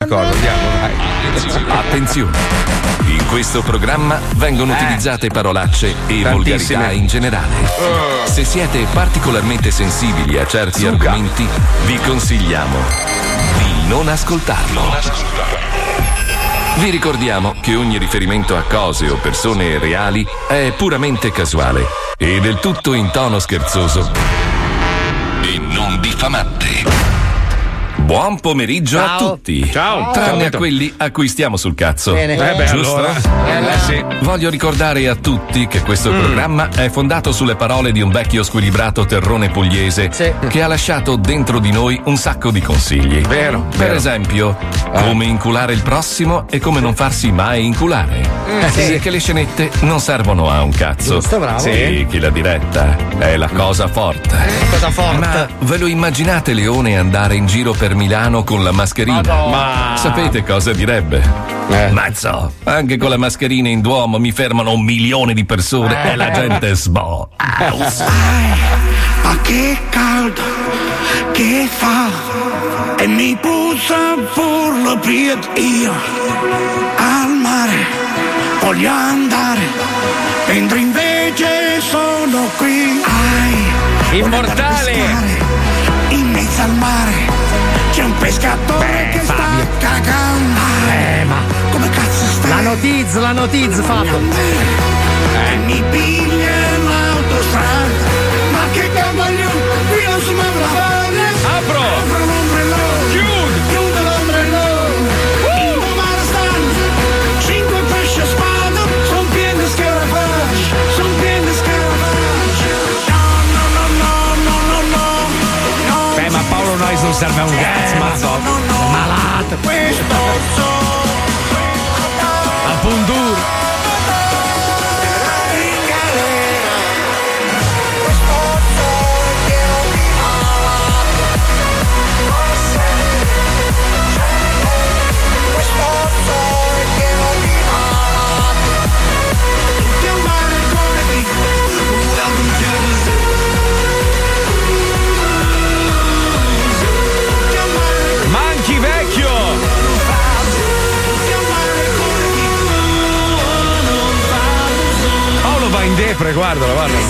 D'accordo, andiamo, vai. Attenzione! In questo programma vengono utilizzate parolacce e volgarità in generale. Se siete particolarmente sensibili a certi argomenti, vi consigliamo di non ascoltarlo. Vi ricordiamo che ogni riferimento a cose o persone reali è puramente casuale e del tutto in tono scherzoso e non diffamante. Buon pomeriggio a tutti. Ciao. Tranne a quelli a cui stiamo sul cazzo. Bene. Giusto? Allora. Sì. Voglio ricordare a tutti che questo programma è fondato sulle parole di un vecchio squilibrato terrone pugliese che ha lasciato dentro di noi un sacco di consigli. Vero. Per esempio, come inculare il prossimo e come non farsi mai inculare. Che le scenette non servono a un cazzo. Giusto, bravo. Sì, che la diretta è la cosa forte. Cosa forte. Ma ve lo immaginate Leone andare in giro per Milano con la mascherina? Ma Sapete cosa direbbe? Mazzo, anche con la mascherina in Duomo mi fermano 1 milione di persone e la gente sbo. Ma che caldo che fa e mi puzza pur lo pied io al mare voglio andare mentre invece sono qui immortale. In mezzo al mare c'è un pescatore che sta cagando. Ma Come cazzo stai? la notizia Fabio. E mi piglia l'autostrada. Ma che cavolo, qui non si muove la fare. Apro l'ombrello. Chiude l'ombrello. In mare stanno 5 pesci a spada. Son pieni di scarafaggi. No. Beh, ma Paolo Noyes non serve a un cazzo, mazzo. Malato. Questo A Pundur. Manchi vecchio. Paolo va in depre, guardalo.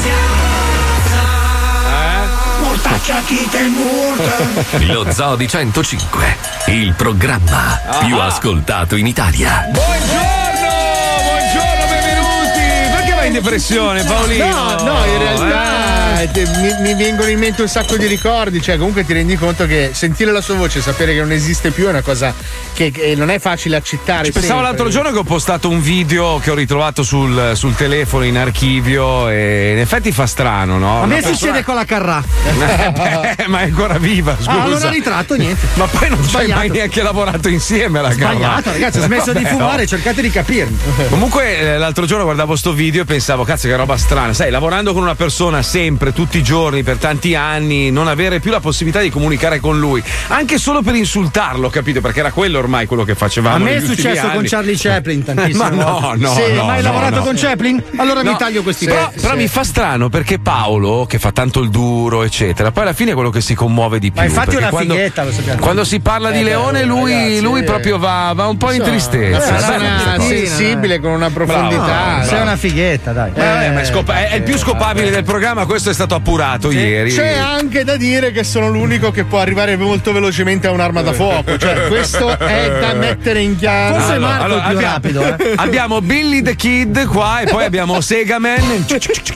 mortaccia chi te morta. Lo Zoo di 105, il programma più ascoltato in Italia. Buongiorno, benvenuti. Perché vai in depressione, Paolino? No, in realtà mi vengono in mente un sacco di ricordi, cioè comunque ti rendi conto che sentire la sua voce, sapere che non esiste più è una cosa che non è facile accettare. Ci pensavo l'altro giorno che ho postato un video che ho ritrovato sul telefono in archivio e in effetti fa strano, no? A me succede con la Carrà. Ma è ancora viva, scusa. Allora ritratto, niente. Ma poi non ci hai Sbagliato. mai neanche lavorato insieme alla Carrà. Sbagliato, ragazzi, ho smesso di fumare, cercate di capirmi. Comunque l'altro giorno guardavo sto video e pensavo, cazzo che roba strana, sai, lavorando con una persona sempre, tutti i giorni, per tanti anni, non avere più la possibilità di comunicare con lui, anche solo per insultarlo, capito? Perché era quello ormai quello che facevamo. A me è negli ultimi successo anni. con Charlie Chaplin tantissimo. Ma no. Sì, no, mai no, lavorato no. con Chaplin? Allora mi No, taglio questi però, pezzi. però mi fa strano perché Paolo, che fa tanto il duro, eccetera, poi alla fine è quello che si commuove di più. Ma infatti è perché una fighetta, lo sappiamo. Quando si parla di Leone, lui, lui proprio va un po' in tristezza. Una sai? persona sensibile, con una profondità. Bravo. Sei una fighetta, dai. Ma è il più scopabile del programma, questo è stato appurato ieri. C'è anche da dire che sono l'unico che può arrivare molto velocemente a un'arma da fuoco. Cioè, questo è da mettere in chiaro. Forse Marco è più rapido. Abbiamo Billy the Kid qua e poi abbiamo Segaman.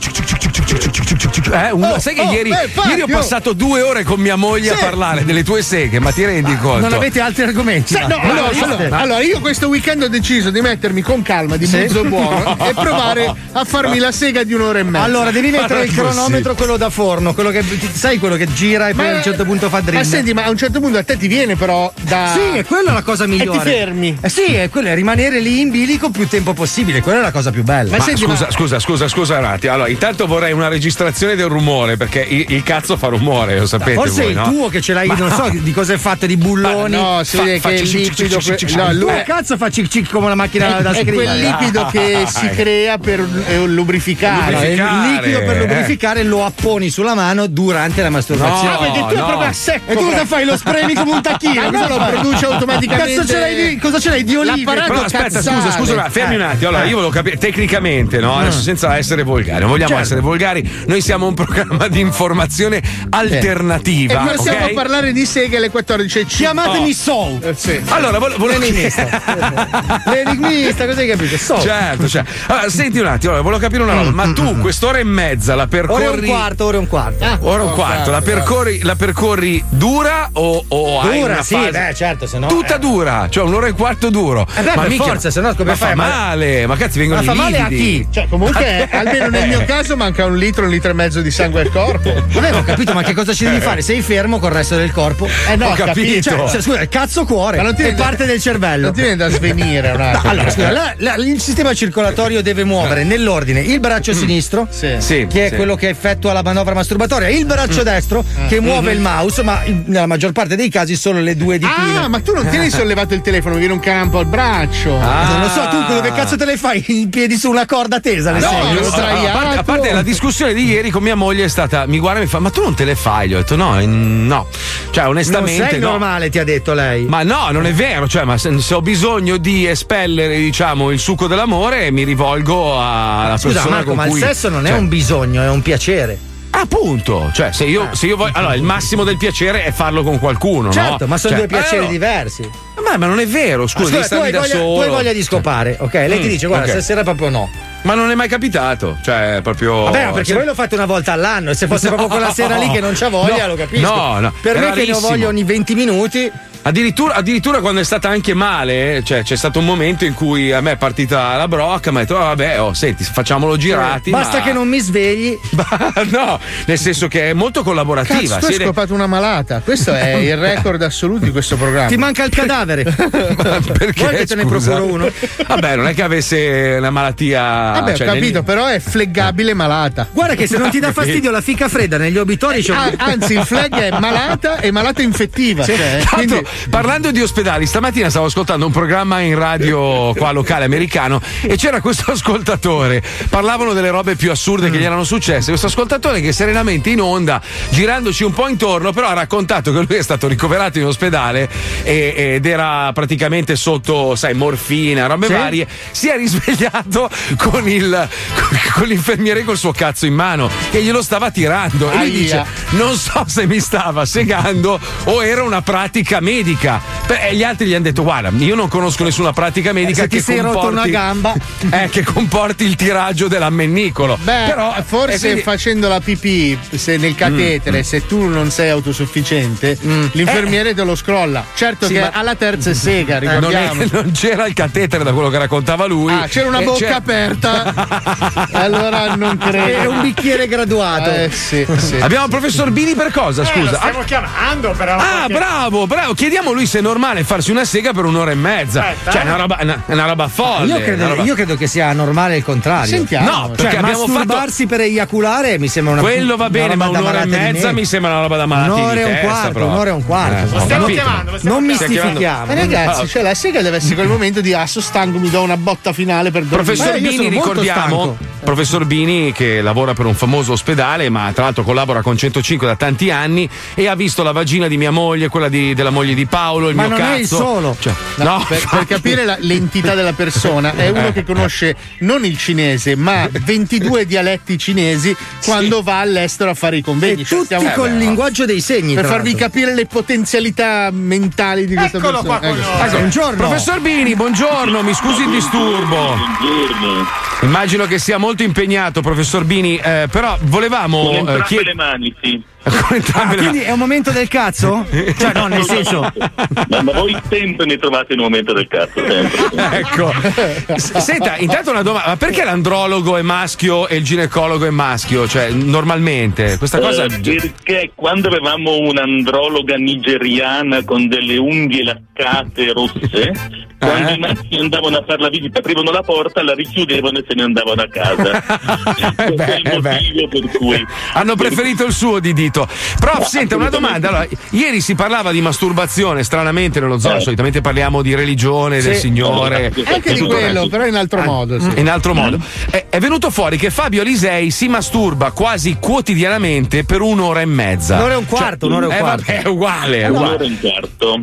Sai che ieri ho passato 2 ore con mia moglie a parlare delle tue seghe, ma ti rendi conto? Non avete altri argomenti? Allora, io questo weekend ho deciso di mettermi con calma, di mezzo buono e provare a farmi la sega di 1 ora e mezza. Allora, devi mettere il cronometro, quello da forno, quello che sai, quello che gira e poi a un certo punto fa drill. Ma senti, ma a un certo punto a te ti viene però da. Sì, è quella la cosa migliore. E ti fermi. Sì, è quello, è rimanere lì in bilico più tempo possibile, quella è la cosa più bella. Ma senti, scusa un attimo. Allora, intanto vorrei una registrazione del rumore, perché il cazzo fa rumore, lo sapete. Forse voi, il no? tuo che ce l'hai, non so di cosa è fatto, di bulloni. No, si vede che il liquido. No, lui cazzo fa cic cic come una macchina da scrivere. È quel liquido che si crea per lubrificare. Il liquido per lubrificare lo apponi sulla mano durante la masturbazione. No, perché tu è proprio a secco. E tu cosa fai? Lo spremi come un tacchino? No, lo produce automaticamente. Cosa ce l'hai di olive? Però aspetta, scusa, fermi un attimo. Allora, io volevo capire tecnicamente, no? Adesso senza essere volgari, non vogliamo essere volgari, noi siamo un programma di informazione alternativa. E possiamo parlare di seghe alle 14:05. Chiamatemi Soul. Sì. Allora, volevo l'enigmista, cosa hai capito? Soul. Certo. Allora, senti un attimo, volevo capire una roba, ma tu quest'ora e mezza la percorri? Ora e un quarto. Ora un quarto, la percorri dura o hai una sì, fase? certo, se no. Tutta dura, cioè un'ora e quarto duro. Ma per forza, se no come fai? Fa male, ma cazzi vengono i fa male lividi. a chi? Cioè, comunque, almeno nel mio caso manca un litro e mezzo di sangue al corpo. Ho capito, ma che cosa ci devi fare? Sei fermo col resto del corpo? No, ho capito. Cioè, scusa, il cazzo cuore, ma non ti è parte del cervello. Non ti viene da svenire un attimo. Allora, scusa, il sistema circolatorio deve muovere nell'ordine il braccio sinistro, sì, che è quello che effettua la manovra masturbatoria, il braccio destro, che muove il mouse, ma nella maggior parte dei casi solo le due ditine. Ah, ma tu non ti hai sollevato il telefono, mi viene un campo al braccio. Non lo so, tu dove cazzo te le fai in piedi su una corda tesa? A parte la discussione di ieri con mia moglie è stata, mi guarda e mi fa, ma tu non te le fai? Gli ho detto no, cioè onestamente non sei normale, ti ha detto lei. Ma no, non è vero, cioè, ma se ho bisogno di espellere, diciamo, il succo dell'amore, mi rivolgo alla persona Marco, con ma cui, il sesso non è un bisogno, è un piacere. Appunto, cioè se io voglio, allora il massimo del piacere è farlo con qualcuno, certo, no? ma sono cioè, due piaceri diversi. Ma non è vero, scusa, devi starmi da solo. Tu hai voglia di scopare, ok? Lei ti dice, guarda, stasera proprio no. Ma non è mai capitato, cioè proprio. Vabbè, perché voi lo fate una volta all'anno e se fosse proprio quella sera lì che non c'ha voglia, lo capisco. No, per me che ne ho voglia ogni 20 minuti. Addirittura quando è stata anche male, cioè c'è stato un momento in cui a me è partita la brocca, mi ha detto vabbè, senti, facciamolo girati. Basta che non mi svegli. No, nel senso che è molto collaborativa. Cazzo, tu hai scopato una malata. Questo è il record assoluto di questo programma. Ti manca il cadavere. Perché? Vuoi che te ne procuro uno? Vabbè, non è che avesse una malattia. Vabbè, ho capito, però è fleggabile malata. Guarda che se non ti dà fastidio la fica fredda negli obitori c'è anzi, il flag è malata e malata infettiva. Cioè, quindi... Parlando di ospedali, stamattina stavo ascoltando un programma in radio qua locale americano e c'era questo ascoltatore, parlavano delle robe più assurde che gli erano successe, questo ascoltatore che serenamente in onda, girandoci un po' intorno, però ha raccontato che lui è stato ricoverato in ospedale ed era praticamente sotto, sai, morfina, robe varie, si è risvegliato con l'infermiere col suo cazzo in mano che glielo stava tirando e lui dice, non so se mi stava segando o era una pratica medica. E gli altri gli hanno detto, guarda, io non conosco nessuna pratica medica che sei rotto una gamba che comporti il tiraggio dell'ammennicolo. Beh, però forse quindi... facendo la pipì se nel catetere, se tu non sei autosufficiente, l'infermiere te lo scrolla. Certo che alla terza è sega, ricordiamo. Non c'era il catetere da quello che raccontava lui. C'era una bocca aperta. Allora non credo. È un bicchiere graduato. Sì. Abbiamo il professor Bini per cosa? Scusa. Lo stiamo chiamando, però. Bravo. Chiediamo a lui se è normale farsi una sega per un'ora e mezza. Cioè, è una roba folle. Io credo che sia normale il contrario. Sentiamo. No, perché abbiamo masturbarsi per eiaculare mi sembra una quello va bene, ma un'ora e mezza mi sembra una roba da malati un'ora e un quarto. Lo stiamo chiamando. Non mistifichiamo. Ma ragazzi, cioè la sega deve essere quel momento di asso stanco, mi do una botta finale per dormire. Professor Bini, ricordiamo, professor Bini che lavora per un famoso ospedale, ma tra l'altro collabora con 105 da tanti anni e ha visto la vagina di mia moglie, quella della moglie di Paolo, il ma mio non cazzo. è il solo. Cioè, per capire l'entità della persona, è uno che conosce non il cinese, ma 22 dialetti cinesi quando va all'estero a fare i convegni. E tutti col linguaggio dei segni. Per farvi capire le potenzialità mentali di questa persona. Qua con noi. Buongiorno. Professor Bini, buongiorno, mi scusi il disturbo. Buongiorno. Immagino che sia molto impegnato, professor Bini, però volevamo Con entrambe le mani, sì. Quindi è un momento del cazzo? Cioè, no, nel senso. Ma voi sempre ne trovate il momento del cazzo, sempre. Ecco. Senta, intanto una domanda: ma perché l'andrologo è maschio e il ginecologo è maschio? Cioè, normalmente questa cosa. Perché quando avevamo un'androloga nigeriana con delle unghie laccate rosse, Quando i maschi andavano a fare la visita, aprivano la porta, la richiudevano e se ne andavano a casa. Questo è il motivo per cui hanno preferito il suo Didito. Prof, senta, una domanda. Allora, ieri si parlava di masturbazione, stranamente nello zoo, solitamente parliamo di religione, del Signore. Anche di quello, però in altro modo. Sì. In altro modo. È venuto fuori che Fabio Alisei si masturba quasi quotidianamente per 1 ora e mezza. Un'ora e un quarto, un'ora e un quarto. Vabbè, è uguale. un'ora e un quarto.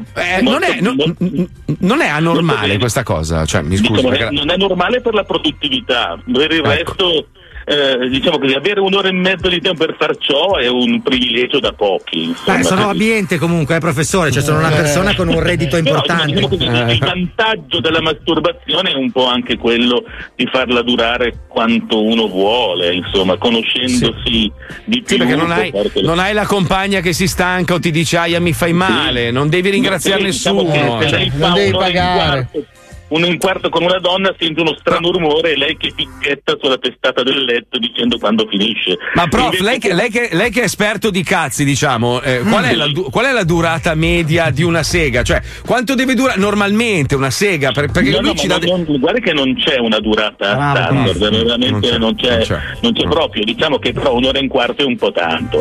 Non è anormale questa cosa, cioè mi scusi. Non è normale per la produttività, per il resto diciamo che avere 1 ora e mezzo di tempo per far ciò è un privilegio da pochi. Sono ambiente comunque, professore, cioè sono una persona con un reddito importante. Diciamo così, il vantaggio della masturbazione è un po' anche quello di farla durare quanto uno vuole, insomma, conoscendosi di più. Sì, perché non hai la compagna che si stanca o ti dice aia mi fai male, non devi ringraziare nessuno. Diciamo che se lei fa non devi pagare. 1 e un quarto con una donna, sente uno strano rumore e lei che picchetta sulla testata del letto dicendo quando finisce. Ma prof, lei che è esperto di cazzi, diciamo, qual è la durata media di una sega? Cioè, quanto deve durare normalmente una sega? Perché lui ci dà guarda che non c'è una durata standard, veramente non c'è proprio. Diciamo che però 1 ora e un quarto è un po' tanto.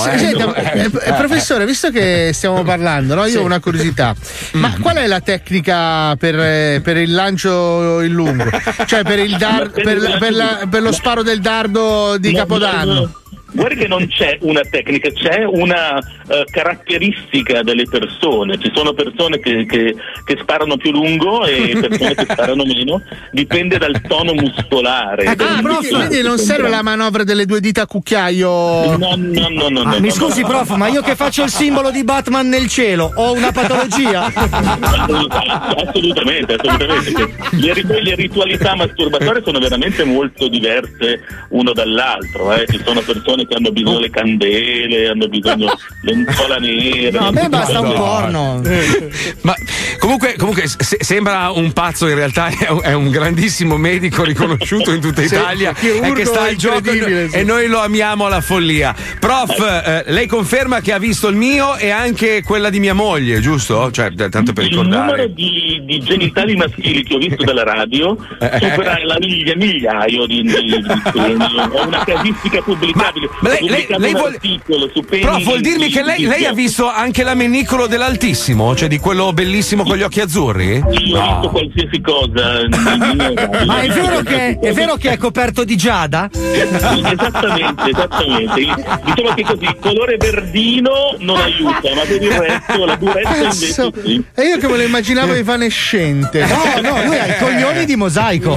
Professore, visto che stiamo parlando, no? Io ho una curiosità. Ma qual è la tecnica per il lancio in lungo, cioè per il per lo sparo del dardo di Capodanno? Guarda che non c'è una tecnica, c'è una caratteristica delle persone. Ci sono persone che sparano più lungo e persone che sparano meno, dipende dal tono muscolare. Quindi non serve la manovra delle 2 dita a cucchiaio? No. Mi scusi, prof, ma io che faccio il simbolo di Batman nel cielo ho una patologia? Assolutamente. Le ritualità masturbatorie sono veramente molto diverse uno dall'altro. Ci sono persone che hanno bisogno le candele, hanno bisogno lenzuola nere. No, a me basta un porno. Ma comunque sembra un pazzo, in realtà è un grandissimo medico riconosciuto in tutta Italia e che sta al gioco e noi lo amiamo alla follia. Prof, lei conferma che ha visto il mio e anche quella di mia moglie, giusto? Cioè, tanto per ricordare. Il numero di genitali maschili che ho visto dalla radio supera la migliaio di ho una casistica pubblicabile. Ma lei vuol dirmi che lei ha visto anche l'amenicolo dell'Altissimo? Cioè di quello bellissimo con gli occhi azzurri? Io ho visto qualsiasi cosa. Ma è vero che è coperto di giada? Esattamente. Diciamo che così il colore verdino non aiuta, ma per il resto la durezza invece sì. E io che me lo immaginavo evanescente. No, lui ha i coglioni di mosaico.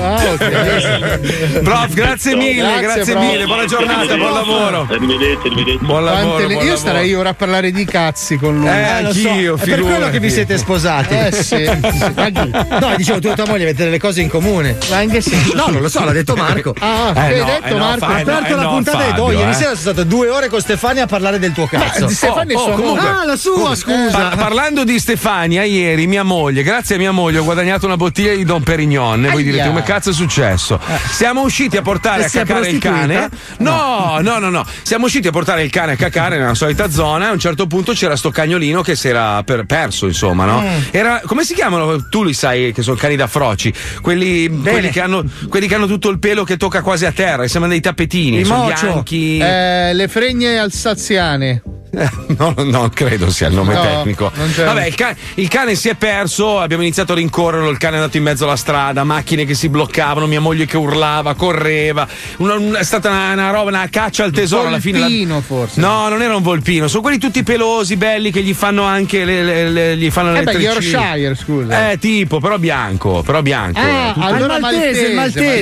Prof, grazie mille, buona giornata, buon lavoro. Arrivederci. Buon lavoro. Io starei ora a parlare di cazzi con lui. Anch'io, è per quello che vi siete sposati. Sì. No, dicevo, tu e tua moglie avete delle cose in comune. Ma anche se no, non lo so, l'ha detto Marco. Hai detto Marco? Ha aperto la puntata e ha detto, ieri sera sono state 2 ore con Stefania a parlare del tuo cazzo. Stefania la sua, scusa. Parlando di Stefania, ieri mia moglie, grazie a mia moglie, ho guadagnato una bottiglia di Don Perignon. Voi direte, come cazzo è successo? Siamo usciti a portare a cacare il cane. No. Siamo usciti a portare il cane a cacare nella solita zona e a un certo punto c'era sto cagnolino che si era perso, insomma, no? Era, come si chiamano? Tu li sai che sono cani da froci, quelli che hanno tutto il pelo che tocca quasi a terra, che sembrano dei tappetini, sono bianchi. Le fregne alsaziane. Non credo sia il nome tecnico. Vabbè, il cane si è perso, abbiamo iniziato a rincorrerlo, il cane è andato in mezzo alla strada, macchine che si bloccavano, mia moglie che urlava, correva. È stata una roba, una caccia al tesoro alla fine. Volpino forse. No, non era un volpino, sono quelli tutti pelosi, belli, che gli fanno anche gli fanno le Yorkshire, scusa. Tipo, però bianco. Allora il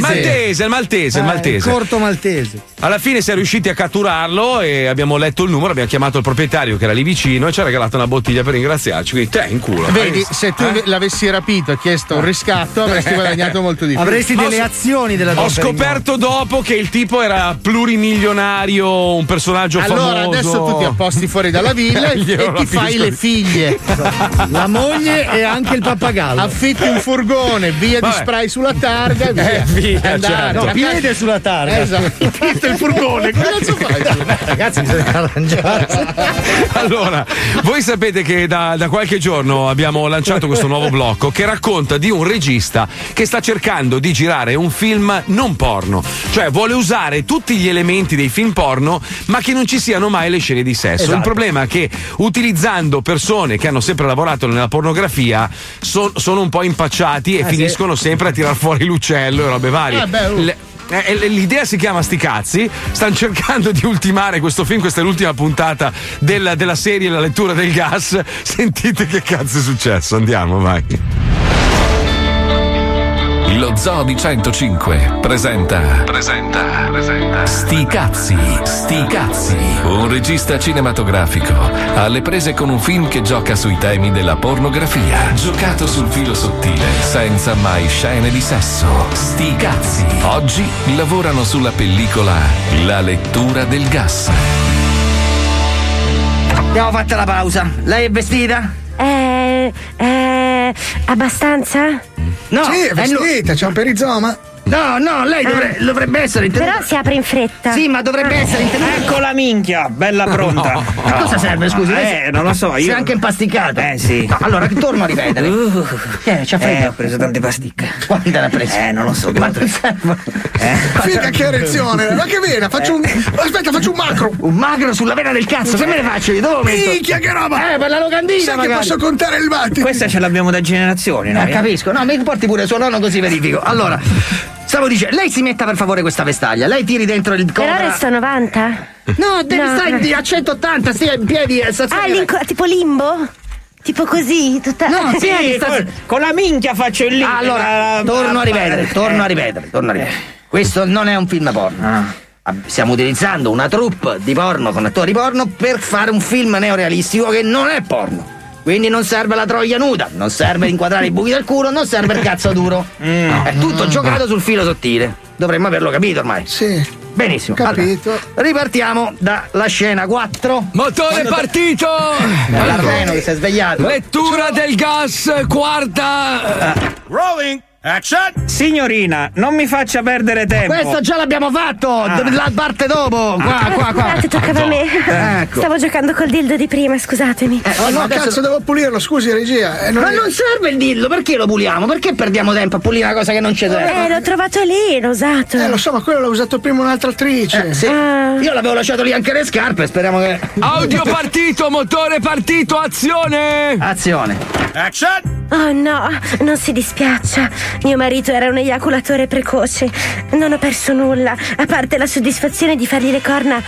maltese. Corto maltese. Alla fine si è riusciti a catturarlo e abbiamo letto il numero, abbiamo chiamato il proprietario che era lì vicino e ci ha regalato una bottiglia per ringraziarci. Quindi te in culo. Vedi, se tu l'avessi rapito e chiesto un riscatto avresti guadagnato molto di più. Avresti delle azioni della Ho scoperto dopo che il tipo era plurimilionario, un personaggio famoso. Allora adesso tu ti apposti fuori dalla villa e ti fai le figlie. La moglie e anche il pappagallo. Affitti un furgone, via di spray sulla targa e via. Certo. No, piede sulla targa. Esatto. Il furgone, che cazzo fai? Ragazzi, bisogna arrangiarsi. Allora, voi sapete che da qualche giorno abbiamo lanciato questo nuovo blocco che racconta di un regista che sta cercando di girare un film non porno, cioè vuole usare tutti gli elementi dei film porno ma che non ci siano mai le scene di sesso. Esatto. Il problema è che utilizzando persone che hanno sempre lavorato nella pornografia sono un po' impacciati e finiscono sempre a tirar fuori l'uccello e robe varie. L'idea si chiama Sti cazzi, stanno cercando di ultimare questo film, questa è l'ultima puntata della serie La lettura del gas. Sentite che cazzo è successo, andiamo, vai. Lo Zoo di 105 presenta Sti cazzi, un regista cinematografico alle prese con un film che gioca sui temi della pornografia, giocato sul filo sottile, senza mai scene di sesso. Sti cazzi. Oggi lavorano sulla pellicola La lettura del gas. Abbiamo fatto la pausa. Lei è vestita? Abbastanza? No, sì, è vestita, c'è un perizoma. No, lei dovrebbe essere Però si apre in fretta. Sì, ma dovrebbe essere intenuta. Ecco la minchia, bella pronta. No. A cosa serve, scusi? Non lo so, io. Sei anche impasticato. Sì. No, allora, torno a ripetere. C'ha freddo. Ho preso tante pasticche. Quante ne ha prese? Non lo so. Ma non serve. Figa, che erezione. Ma che vena, faccio un macro. Un macro sulla vena del cazzo, che me ne faccio io? Dove lo metto? Minchia, che roba. Per la locandina, sai magari. che posso contare il battito. Questa ce l'abbiamo da generazioni, no? Capisco. No, mi porti pure suo nonno così verifico. Allora, stavo dicendo, lei si metta per favore questa vestaglia. Lei tiri dentro il Però resto 90? No, devi stare a 180, stia in piedi. Tipo limbo? Tipo così, tutta. No, sì, con la minchia faccio il limbo. Allora, torno a ripetere. Questo non è un film porno. Stiamo utilizzando una troupe di porno con attori porno per fare un film neorealistico che non è porno. Quindi non serve la troia nuda, non serve inquadrare i buchi del culo, non serve il cazzo duro. È tutto giocato sul filo sottile. Dovremmo averlo capito ormai. Sì. Benissimo. Capito. Allora, ripartiamo dalla scena 4. Motore partito! L'armeno che si è svegliato. Lettura del gas, quarta. Rolling. Action! Signorina, non mi faccia perdere tempo. Questo già l'abbiamo fatto! La parte dopo! Qua. Scusate, toccava a me. Ecco. Stavo giocando col dildo di prima, scusatemi. No, cazzo, devo pulirlo, scusi, regia. Ma non serve il dildo, perché lo puliamo? Perché perdiamo tempo a pulire una cosa che non ci serve? L'ho trovato lì, l'ho usato. Lo so, ma quello l'ha usato prima un'altra attrice. Sì. Io l'avevo lasciato lì anche le scarpe, speriamo che. Audio partito, motore partito, azione! Action! Oh no, non si dispiaccia. Mio marito era un eiaculatore precoce. Non ho perso nulla, a parte la soddisfazione di fargli le corna.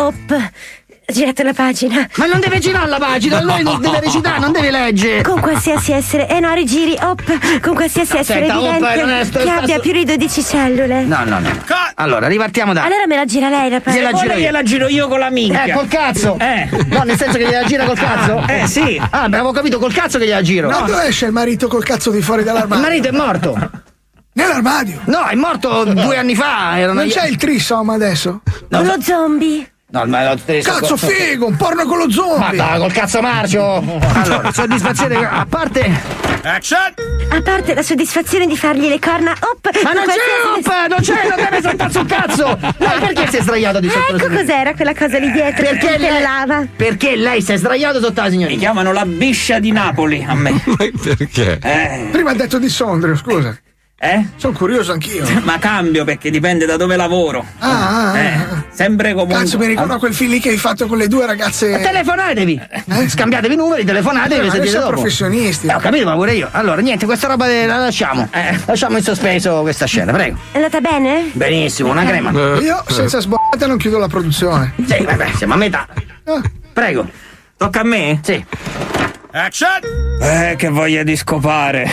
Girate la pagina. Ma non deve girare la pagina, lui deve recitare, non deve leggere. Con qualsiasi essere. No, rigiri, con qualsiasi essere vivente che abbia più di 12 cellule. No. Allora, ripartiamo da. Allora me la gira lei la pagina. Gliela giro io con la minchia. Col cazzo. No, nel senso che gliela gira col cazzo? Sì. Avevo capito, col cazzo che gliela giro. Ma dove esce il marito col cazzo di fuori Il dall'armadio? marito è morto. Nell'armadio? No, è morto 2 anni fa. Non c'è il trisom adesso? Con lo zombie. No, ma cazzo figo, un porno con lo zombie. Ma col cazzo marcio. Allora, soddisfazione a parte. Action! A parte la soddisfazione di fargli le corna. Ma non c'è, non deve saltare sul cazzo. Lei perché si è sdraiato di sotto? Ecco cos'era quella cosa lì dietro. Perché lei si è sdraiato sotto la signorina? Mi chiamano la biscia di Napoli a me. Perché? Prima ha detto di Sondrio, scusa. Sono curioso anch'io. Ma cambio perché dipende da dove lavoro. Sempre comunque. Cazzo, mi ricordo quel film lì che hai fatto con le 2 ragazze. Telefonatevi! Scambiatevi i numeri, telefonatevi. Siamo professionisti. Ho capito, ma pure io. Allora, niente, questa roba la lasciamo. Lasciamo in sospeso questa scena, prego. È andata bene? Benissimo, una crema. Io senza sbollata non chiudo la produzione. Sì, vabbè, siamo a metà. Prego. Tocca a me? Sì. Action! Che voglia di scopare.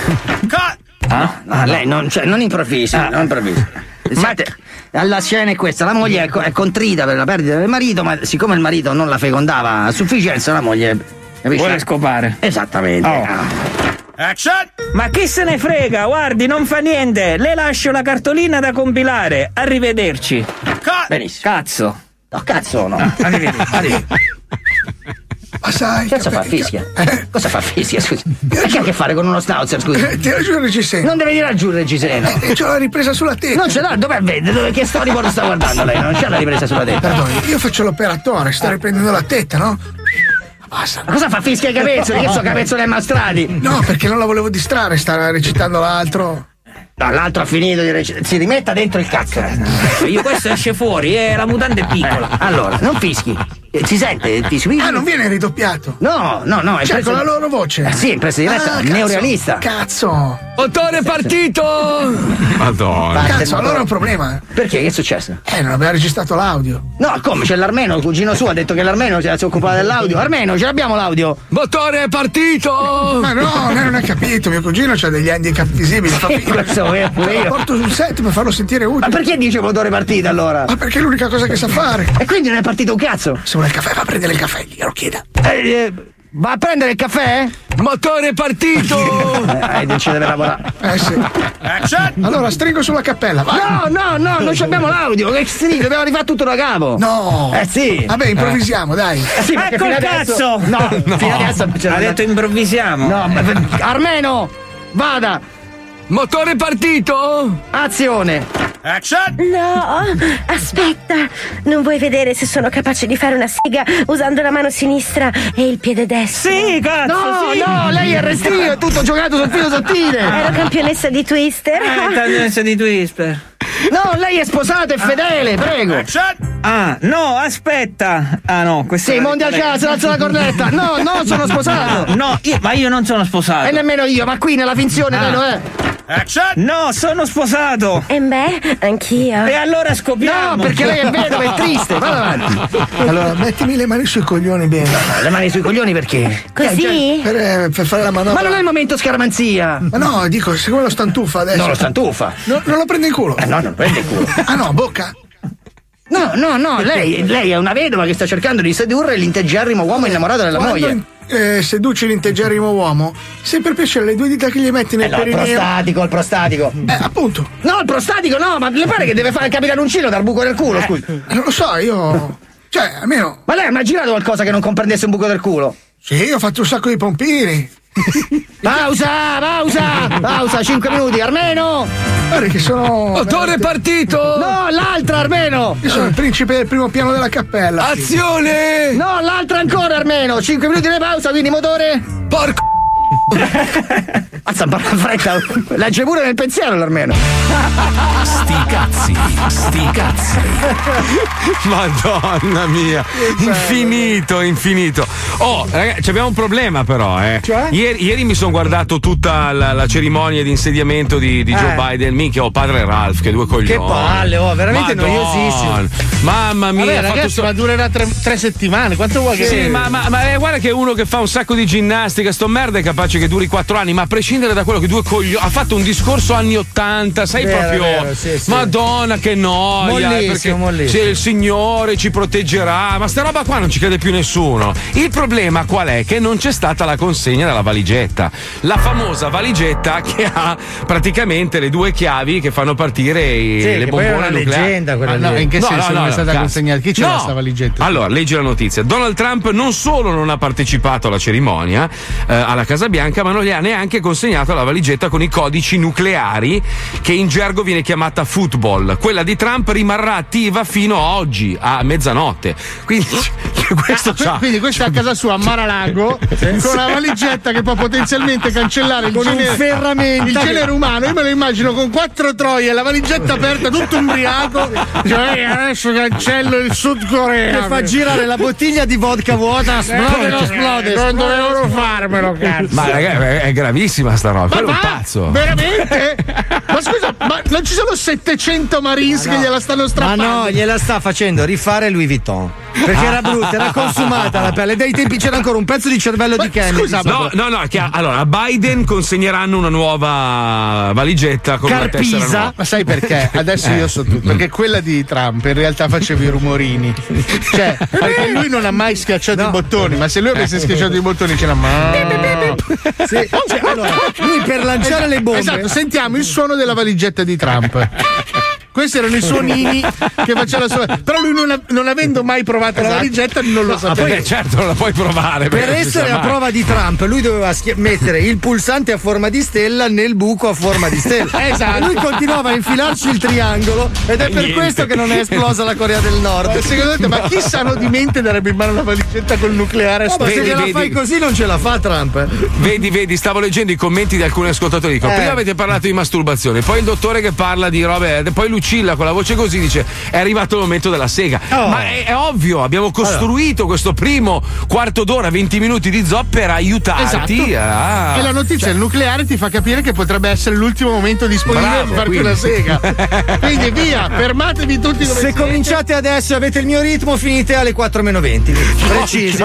Lei non improvvisi, non improvvisi. La scena è questa, la moglie è contrita per la perdita del marito, ma siccome il marito non la fecondava a sufficienza, la moglie vuole scopare. Esattamente. Action! Ma chi se ne frega, guardi, non fa niente. Le lascio la cartolina da compilare. Arrivederci. Benissimo. Cazzo. No, cazzo no. Arrivederci. Sai, Cosa fa, fischia? Cosa fa, fischia, scusa? Perché ha a che fare con uno schnauzer, scusa? Ti ragione, Reggiseno. Non deve dire giù il Reggiseno. C'ho la ripresa sulla testa. Non ce l'ha, dov'è vede? Che storyboard sta guardando lei? Non c'è la ripresa sulla testa. Perdoni, io faccio l'operatore, sto riprendendo la tetta, no? Basta. Ma cosa fa, fischia i capezzoli? Che so capezzoli ammastrati? No, perché non la volevo distrarre, stava recitando l'altro. No, l'altro ha finito di recitare. Si rimetta dentro il cazzo. Io questo esce fuori, la mutanda è piccola. Allora, non fischi. Si sente il fischio? Ah, non viene ridoppiato? No, è cioè, con la loro voce? Sì, in presa diretta, neorealista. Cazzo! Motore partito! Madonna. Cazzo, allora è un problema. Perché? Che è successo? Non abbiamo registrato l'audio. No, come? C'è l'Armeno, il cugino suo ha detto che l'Armeno si occupa dell'audio. Armeno, ce l'abbiamo l'audio. Motore partito! Ma no, lei non ha capito, mio cugino ha degli handicap visibili. Questo è pure io. Lo porto sul set per farlo sentire utile. Ma perché dice motore partito allora? Ma perché è l'unica cosa che sa fare. E quindi non è partito un cazzo? Se vuole il caffè, va a prendere il caffè, glielo chieda. Va a prendere il caffè? Motore partito! Non ci deve lavorare. Sì. Action! Allora stringo sulla cappella, vai. No, non abbiamo l'audio. Che stringo, dobbiamo rifare tutto da capo. No. Sì. Vabbè, improvvisiamo, dai. Sì, perché Ecco il cazzo! No, fino adesso Ha detto improvvisiamo. No, Armeno, vada. Motore partito! Azione. Action! No, aspetta. Non vuoi vedere se sono capace di fare una sega usando la mano sinistra e il piede destro? Sì, cazzo, No, lei è restio, è tutto giocato sul filo sottile. Ero campionessa di Twister. Campionessa di Twister. No, lei è sposato e fedele, prego. Action! Ah, no, aspetta. Ah, no, questo Sì, mondi al cazzo, alza la cornetta. No, sono sposato. No, ma io non sono sposato. E nemmeno io, ma qui nella finzione lei lo è. Action! No, sono sposato. E beh, anch'io. E allora scopriamo. No, perché lei è vedovo, è triste. Vada avanti. Allora, mettimi le mani sui coglioni bene. Le mani sui coglioni perché? Così? Per fare la manovra. Ma non è il momento scaramanzia. Ma no, dico, siccome lo stantuffa adesso. No, lo stantuffa. Non lo prende in culo. No, non prende il culo. Ah no, bocca. No, lei è una vedova che sta cercando di sedurre l'integerrimo uomo innamorato della moglie. Seduci l'integerrimo uomo, sempre piacere le due dita che gli metti nel perineo. Il prostatico. Appunto. No, il prostatico no, ma le pare che deve fare capitare un uncino dal buco del culo, scusi. Non lo so, io. Cioè, almeno. Ma lei ha mai girato qualcosa che non comprendesse un buco del culo? Sì, ho fatto un sacco di pompini. Pausa, 5 minuti, Armeno! Guarda che sono. Motore partito! No, l'altra, Armeno! Io sono il principe del primo piano della cappella. Azione! No, l'altra ancora, Armeno! 5 minuti di pausa, quindi motore. Porco! Mazza, parla fretta! Legge pure nel pensiero l'Armeno! Sti cazzi! Madonna mia! Infinito! Oh, ragazzi, abbiamo un problema però, Cioè? Ieri mi sono guardato tutta la cerimonia di insediamento di Joe Biden. Minchia, padre Ralph, che due coglioni. Che palle, veramente noiosissimo. Mamma mia, Vabbè, ragazzi, ma durerà 3 settimane. Quanto vuoi che. Sì, ma guarda che uno che fa un sacco di ginnastica, sto merda è capace che duri 4 anni, ma a prescindere da quello che due coglioni. Ha fatto un discorso anni 80, sai proprio. Vero, sì. Madonna, che noia. Mollissimo. Se il Signore ci proteggerà, ma sta roba qua non ci crede più nessuno. Il problema qual è? Che non c'è stata la consegna della valigetta. La famosa valigetta che ha praticamente le 2 chiavi che fanno partire le bombone è una nucleari. leggenda quella No, lì. in che senso non è stata cazzo. consegnata? Chi c'era sta valigetta? Allora, leggi la notizia. Donald Trump non solo non ha partecipato alla cerimonia alla Casa Bianca, ma non gli ha neanche consegnato la valigetta con i codici nucleari, che in gergo viene chiamata football. Quella di Trump rimarrà attiva fino a oggi, a mezzanotte. Quindi Quindi questo è a casa sua a Mar-a-Lago con una valigetta che può potenzialmente cancellare il genere umano. Io me lo immagino con 4 troie, la valigetta aperta, tutto ubriaco. Cioè, adesso cancello il Sud Corea. Che fa girare la bottiglia di vodka vuota, esplode. Non dovevo farmelo, cazzo. Ma ragazzi, è gravissima sta roba. Quello è un va? pazzo. Veramente? Ma scusa, ma non ci sono 700 Marines che gliela stanno strappando? Ma no, gliela sta facendo rifare Louis Vuitton. Perché era brutta, era consumata la pelle. Dai tempi c'era ancora un pezzo di cervello di Kennedy. Scusa, no, allora a Biden consegneranno una nuova valigetta con una tessera nuova. Ma sai perché? Adesso io so tutto. Perché quella di Trump in realtà faceva i rumorini. Cioè, perché lui non ha mai schiacciato i bottoni, ma se lui avesse schiacciato i bottoni c'era Sì. Cioè, allora, lui per lanciare le bombe. Esatto, sentiamo il suono della valigetta di Trump. questi erano i suonini che faceva la sua. Però lui non avendo mai provato la valigetta non lo sapeva. Certo, non la puoi provare. Per essere a prova di Trump, lui doveva mettere il pulsante a forma di stella nel buco a forma di stella. Esatto. Lui continuava a infilarci il triangolo ed è per questo che non è esplosa la Corea del Nord. Secondo te, ma chi sano di mente darebbe in mano una valigetta col nucleare? Ma se gliela fai così non ce la fa Trump. Vedi, stavo leggendo i commenti di alcuni ascoltatori. Dico, prima avete parlato di masturbazione, poi il dottore che parla di robe, poi Lucilla con la voce così dice è arrivato il momento della sega. Ma è ovvio, abbiamo costruito questo primo quarto d'ora, 20 minuti di zoo per aiutarti. E la notizia del nucleare ti fa capire che potrebbe essere l'ultimo momento disponibile per farti una sega. Quindi via, fermatevi tutti dove se cominciate adesso e avete il mio ritmo, finite alle 4:20. Precisi.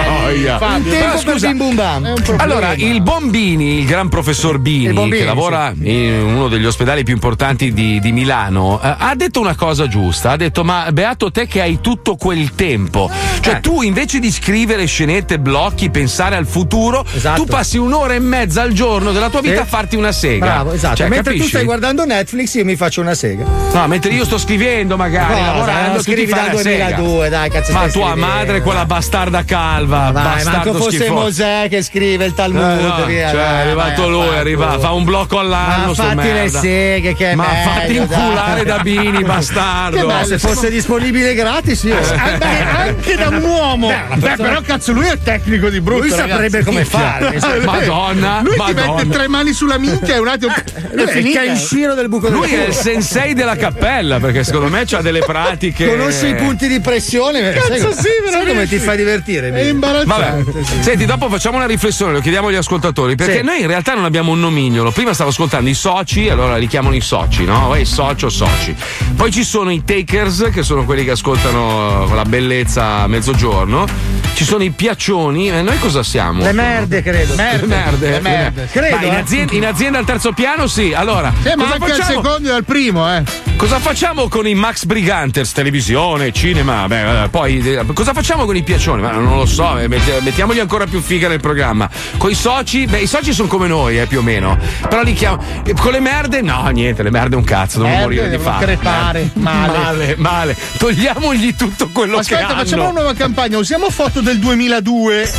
Un tempo per Bim Bum Bam. Allora, il Bombini, il gran professor Bini, che lavora in uno degli ospedali più importanti di Milano, ha detto una cosa giusta. Ha detto: ma beato te che hai tutto quel tempo. Cioè, tu invece di scrivere scenette, blocchi, pensare al futuro, tu passi un'ora e mezza al giorno della tua vita a farti una sega. Bravo, esatto. Cioè, mentre capisci? tu stai guardando Netflix, io mi faccio una sega. No, mentre io sto scrivendo, magari lavorando, tu ti scrivi fai dal la sega. 2002, dai, cazzo. Ma tua madre, quella bastarda calva, bastardo manco fosse schifoso. Mosè che scrive il Talmud. È arrivato lui, fa un blocco all'anno. Ma fatti le seghe, che è ma meglio, fatti inculare da Bini, bastardo. Se fosse disponibile gratis, io. Anche da un uomo. Però cazzo, lui è tecnico di brutto. Lui saprebbe come fare. Madonna. Lui ti mette 3 mani sulla minchia e un attimo. Lui è il cancino del buco del Lui è il sensei della cappella, perché secondo me c'ha delle pratiche. Conosce i punti di pressione. Cazzo, sai come ti fai divertire? È imbarazzante. Vabbè. Senti, dopo facciamo una riflessione, lo chiediamo agli ascoltatori, perché noi in realtà non abbiamo un nomignolo. Prima stavo ascoltando i soci, allora li chiamano i soci, no? Socio, soci. Poi ci sono i takers, che sono quelli che ascoltano con la bellezza a mezzogiorno. Ci sono i piaccioni, e noi cosa siamo? Le merde, credo. Merde. Credo. Ma in azienda al terzo piano, sì. Allora, ma anche al secondo e al primo, Cosa facciamo con i Max Briganters, televisione, cinema? Poi cosa facciamo con i piaccioni? Ma non lo so, mettiamogli ancora più figa nel programma. Con i soci, i soci sono come noi, più o meno. Però li chiamo. Con le merde, no, niente, le merde è un cazzo, devono morire di fame. Crepare, male. Togliamogli tutto quello che hanno. Aspetta, facciamo una nuova campagna, usiamo foto del 2002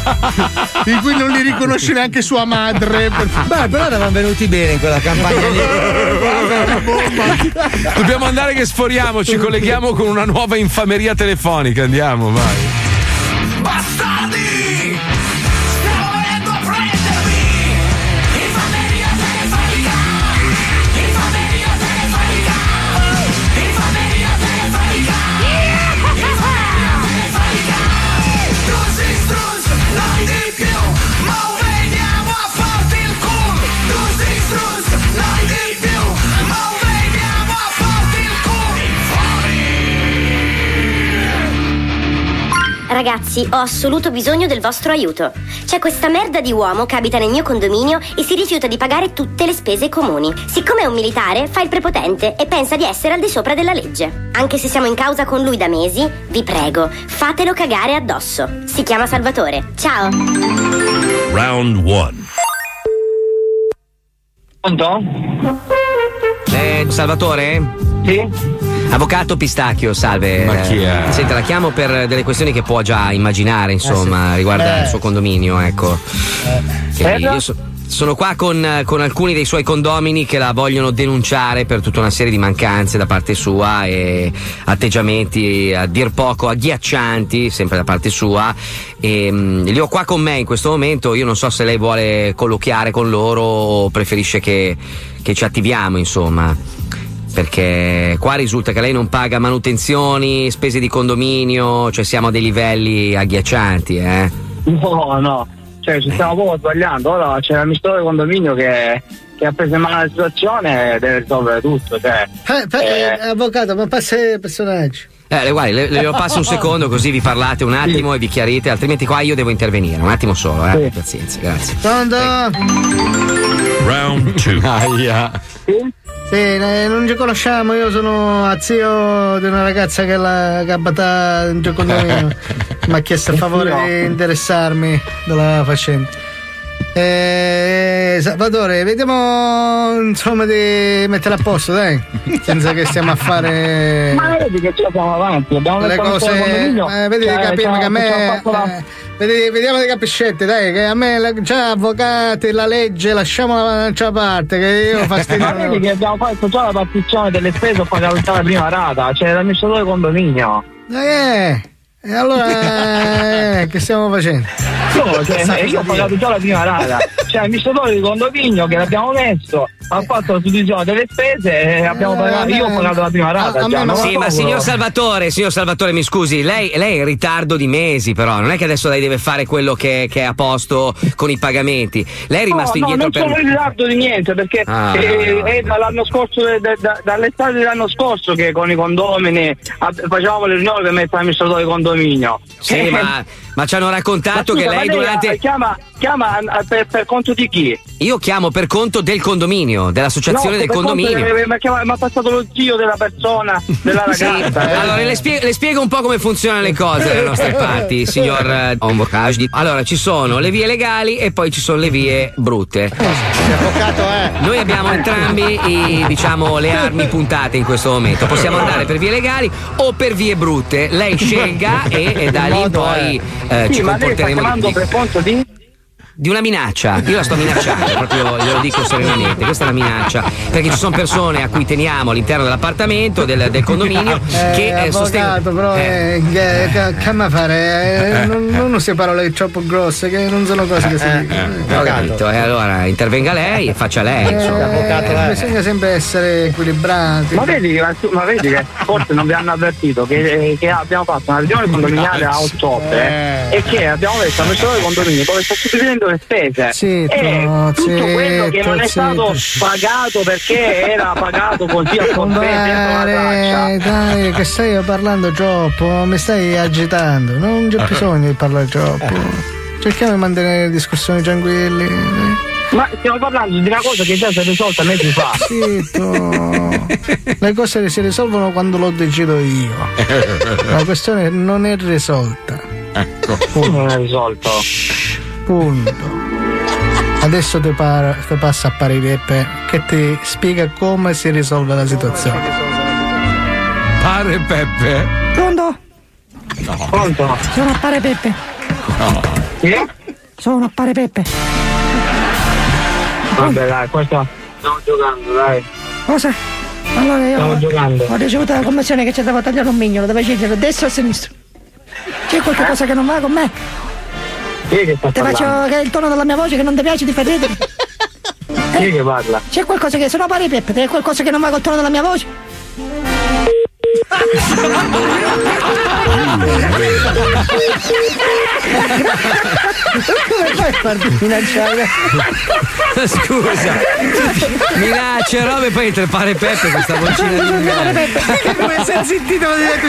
in cui non li riconosce neanche sua madre. Beh, però eravamo venuti bene in quella campagna lì. Dobbiamo andare che sforiamo, ci colleghiamo con una nuova infameria telefonica, andiamo, vai. Bastardi! Stiamo venendo a prendervi! Infameria telefonica! Infameria telefonica! Infameria telefonica! Infameria telefonica! Drusi strus, noi di più! Ma veniamo a farti il culo! Drusi strus, noi di più! Ma veniamo a farti il culo! Ragazzi, ho assoluto bisogno del vostro aiuto. C'è questa merda di uomo che abita nel mio condominio e si rifiuta di pagare tutte le spese comuni. Siccome è un militare, fa il prepotente e pensa di essere al di sopra della legge. Anche se siamo in causa con lui da mesi, vi prego, fatelo cagare addosso. Si chiama Salvatore. Ciao. Round 1. Pronto? Salvatore? Sì? Avvocato Pistacchio, salve. Ma chi è? Senta, la chiamo per delle questioni che può già immaginare, insomma, riguarda il suo condominio, ecco. Io sono qua con alcuni dei suoi condomini che la vogliono denunciare per tutta una serie di mancanze da parte sua e atteggiamenti a dir poco agghiaccianti, sempre da parte sua. E li ho qua con me in questo momento. Io non so se lei vuole colloquiare con loro o preferisce che ci attiviamo, insomma. Perché qua risulta che lei non paga manutenzioni, spese di condominio, cioè siamo a dei livelli agghiaccianti, No, cioè ci stiamo proprio sbagliando. Ora c'è l'amministratore del condominio che ha preso in mano la situazione e deve risolvere tutto. Avvocato, ma passa i personaggi. Guardi, le passo un secondo così vi parlate un attimo e vi chiarite, altrimenti qua io devo intervenire. Un attimo solo, pazienza, grazie. Pronto? Round 2. Sì, non ci conosciamo, io sono zio di una ragazza che abita in condominio. Mi ha chiesto il favore di interessarmi della faccenda. Salvatore, vediamo insomma di mettere a posto, dai, senza che stiamo a fare. Ma vedi che ci siamo avanti, abbiamo le cose. Vedi che capiamo che a me. Vediamo le capiscette, dai, che a me già avvocati, la legge, lasciamola da parte, che io fastidio. Ma vedi che abbiamo fatto già la partizione delle spese, ho pagato già la prima rata, cioè l'amministratore condominio. E allora che stiamo facendo? No, cioè, io ho pagato già la prima rata, cioè l'amministratore di condominio che l'abbiamo messo ha fatto la suddivisione delle spese e abbiamo pagato, io ho pagato la prima rata. Sì, ma signor Salvatore, mi scusi, lei è in ritardo di mesi, però non è che adesso lei deve fare quello che è a posto con i pagamenti. Lei è rimasto indietro per. No, non sono in ritardo di niente, perché è dall'anno scorso, dall'estate dell'anno scorso che con i condomini facevamo le riunioni per mettere l'amministratore di condominio. Sì, ma ci hanno raccontato che lei durante. Chiama per conto di chi? Io chiamo per conto del condominio, dell'associazione del condominio. Mi ha passato lo zio della persona, della ragazza. Sì. Allora le spiego un po' come funzionano le cose dalle nostre parti, signor Ombocagdi. Allora ci sono le vie legali e poi ci sono le vie brutte. Noi abbiamo entrambi diciamo le armi puntate in questo momento. Possiamo andare per vie legali o per vie brutte. Lei scelga e da lì in poi ci comporteremo. Ma lei sta chiamando per conto di una minaccia, io la sto minacciando, proprio glielo dico serenamente, questa è una minaccia, perché ci sono persone a cui teniamo all'interno dell'appartamento, del condominio, che sostengono. Però che a fare? Non usi parole troppo grosse, che non sono cose che si dicono. Ho capito, allora intervenga lei e faccia lei. Bisogna sempre essere equilibrati. Ma vedi che forse non vi hanno avvertito che abbiamo fatto una riunione condominiale a ottobre e che abbiamo messo l'amministratore del condominio dove sta suddividendo le spese tutto quello che non è stato pagato perché era pagato così a convenienza. Dai, che stai parlando troppo, mi stai agitando, non c'è bisogno di parlare troppo, cerchiamo di mantenere discussioni tranquilli. Ma stiamo parlando di una cosa che già si è risolta mesi fa. Le cose si risolvono quando lo decido io. La questione non è risolta. Non è risolto. Punto. Adesso ti passa a Pari Peppe che ti spiega come si risolve la situazione. Pare Peppe? Pronto? No. Pronto? Sono a Pare Peppe. No. Sì? Sono a Pare Peppe. Vabbè dai, questo stiamo giocando, dai. Cosa? Allora io stiamo giocando. Ho ricevuto la commissione che ci devo tagliare un mignolo, dove scegliere a destra o a sinistra. C'è qualche cosa che non va con me? Chi sta ti faccio che è il tono della mia voce che non ti piace, di fedele. Chi che parla? C'è qualcosa che sono Pari Peppe, c'è qualcosa che non va col tono della mia voce? Come fai a farti minacciare? Scusa, minacce, robe, poi entra Pare Peppe questa vocina di Pare Peppe. Come sei sentito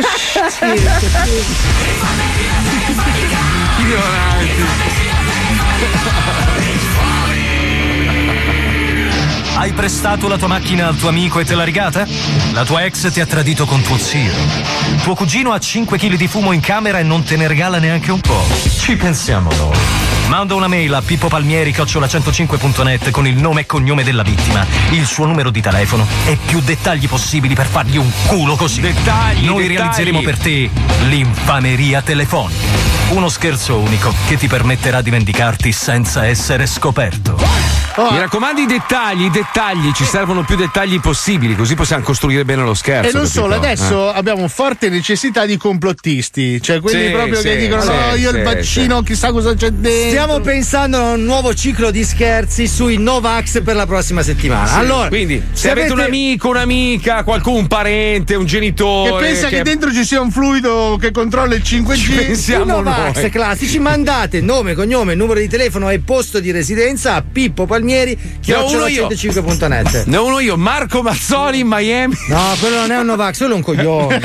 Hai prestato la tua macchina al tuo amico e te l'ha rigata? La tua ex ti ha tradito con tuo zio. Tuo cugino ha 5 kg di fumo in camera e non te ne regala neanche un po'. Ci pensiamo noi. Manda una mail a pippopalmieri@105.net con il nome e cognome della vittima, il suo numero di telefono e più dettagli possibili per fargli un culo così. Noi realizzeremo per te l'infameria telefonica. Uno scherzo unico che ti permetterà di vendicarti senza essere scoperto. Mi raccomando i dettagli, ci servono più dettagli possibili, così possiamo costruire bene lo scherzo. E non solo, adesso abbiamo forte necessità di complottisti, cioè quelli proprio che dicono io il vaccino, chissà cosa c'è dentro. Stiamo pensando a un nuovo ciclo di scherzi sui Novax per la prossima settimana. Allora, quindi se avete un amico, un'amica, qualcuno, un parente, un genitore che pensa che dentro ci sia un fluido che controlla il 5G, pensiamo Novax noi. Classici, mandate nome, cognome, numero di telefono e posto di residenza a Pippo Palmieri @105.net. Ne ho uno io, Marco Mazzoli in Miami. No, quello non è un Novax, quello è un coglione.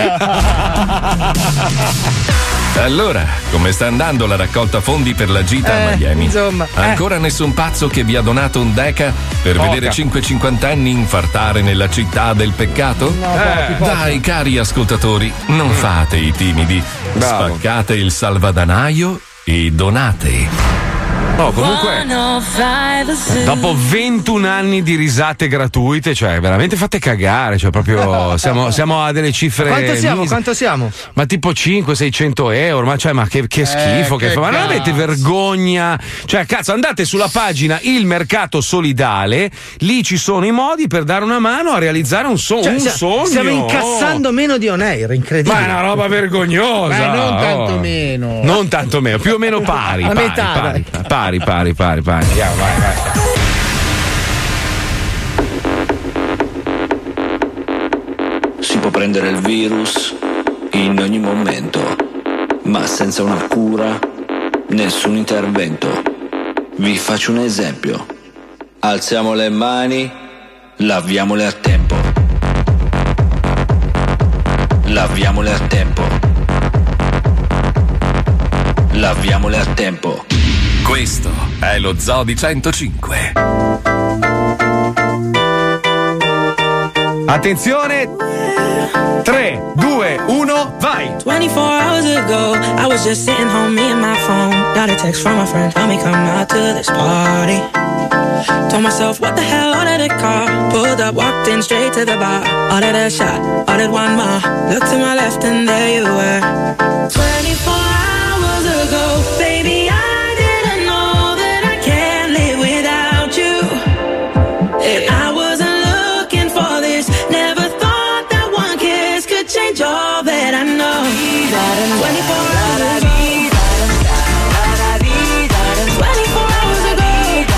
Allora, come sta andando la raccolta fondi per la gita a Miami? Insomma, Ancora nessun pazzo che vi ha donato un deca per vedere 5 cinquantenni infartare nella città del peccato? No, Dai, cari ascoltatori, non fate i timidi. Spaccate il salvadanaio e donate. Oh, comunque, dopo 21 anni di risate gratuite, cioè veramente fate cagare, cioè proprio siamo a delle cifre. Quanto siamo? Ma tipo 500-600 euro, ma che schifo che fa. Ma non avete vergogna? Cioè, cazzo, andate sulla pagina Il Mercato Solidale, lì ci sono i modi per dare una mano a realizzare un sogno. Stiamo incassando meno di On Air, incredibile. Ma è una roba vergognosa. Ma non tanto meno. Non tanto meno, più o meno pari. La metà. Pari. Andiamo, vai. Si può prendere il virus in ogni momento, ma senza una cura, nessun intervento. Vi faccio un esempio. Alziamo le mani, laviamole a tempo. Laviamole a tempo. Laviamole a tempo. Questo è lo Zoo di 105. Attenzione, 3, 2, 1, vai! 24 hours ago, I was just sitting home, me and my phone. Got a text from a friend, tell me come out to this party. Told myself, what the hell, ordered a car. Pulled up, walked in straight to the bar. Ordered a shot, ordered one more. Looked to my left and there you were. 24 hours ago, baby, I didn't know that I can't live without you. I wasn't looking for this, never thought that one kiss could change all that I know. 24 hours ago. 24 hours ago.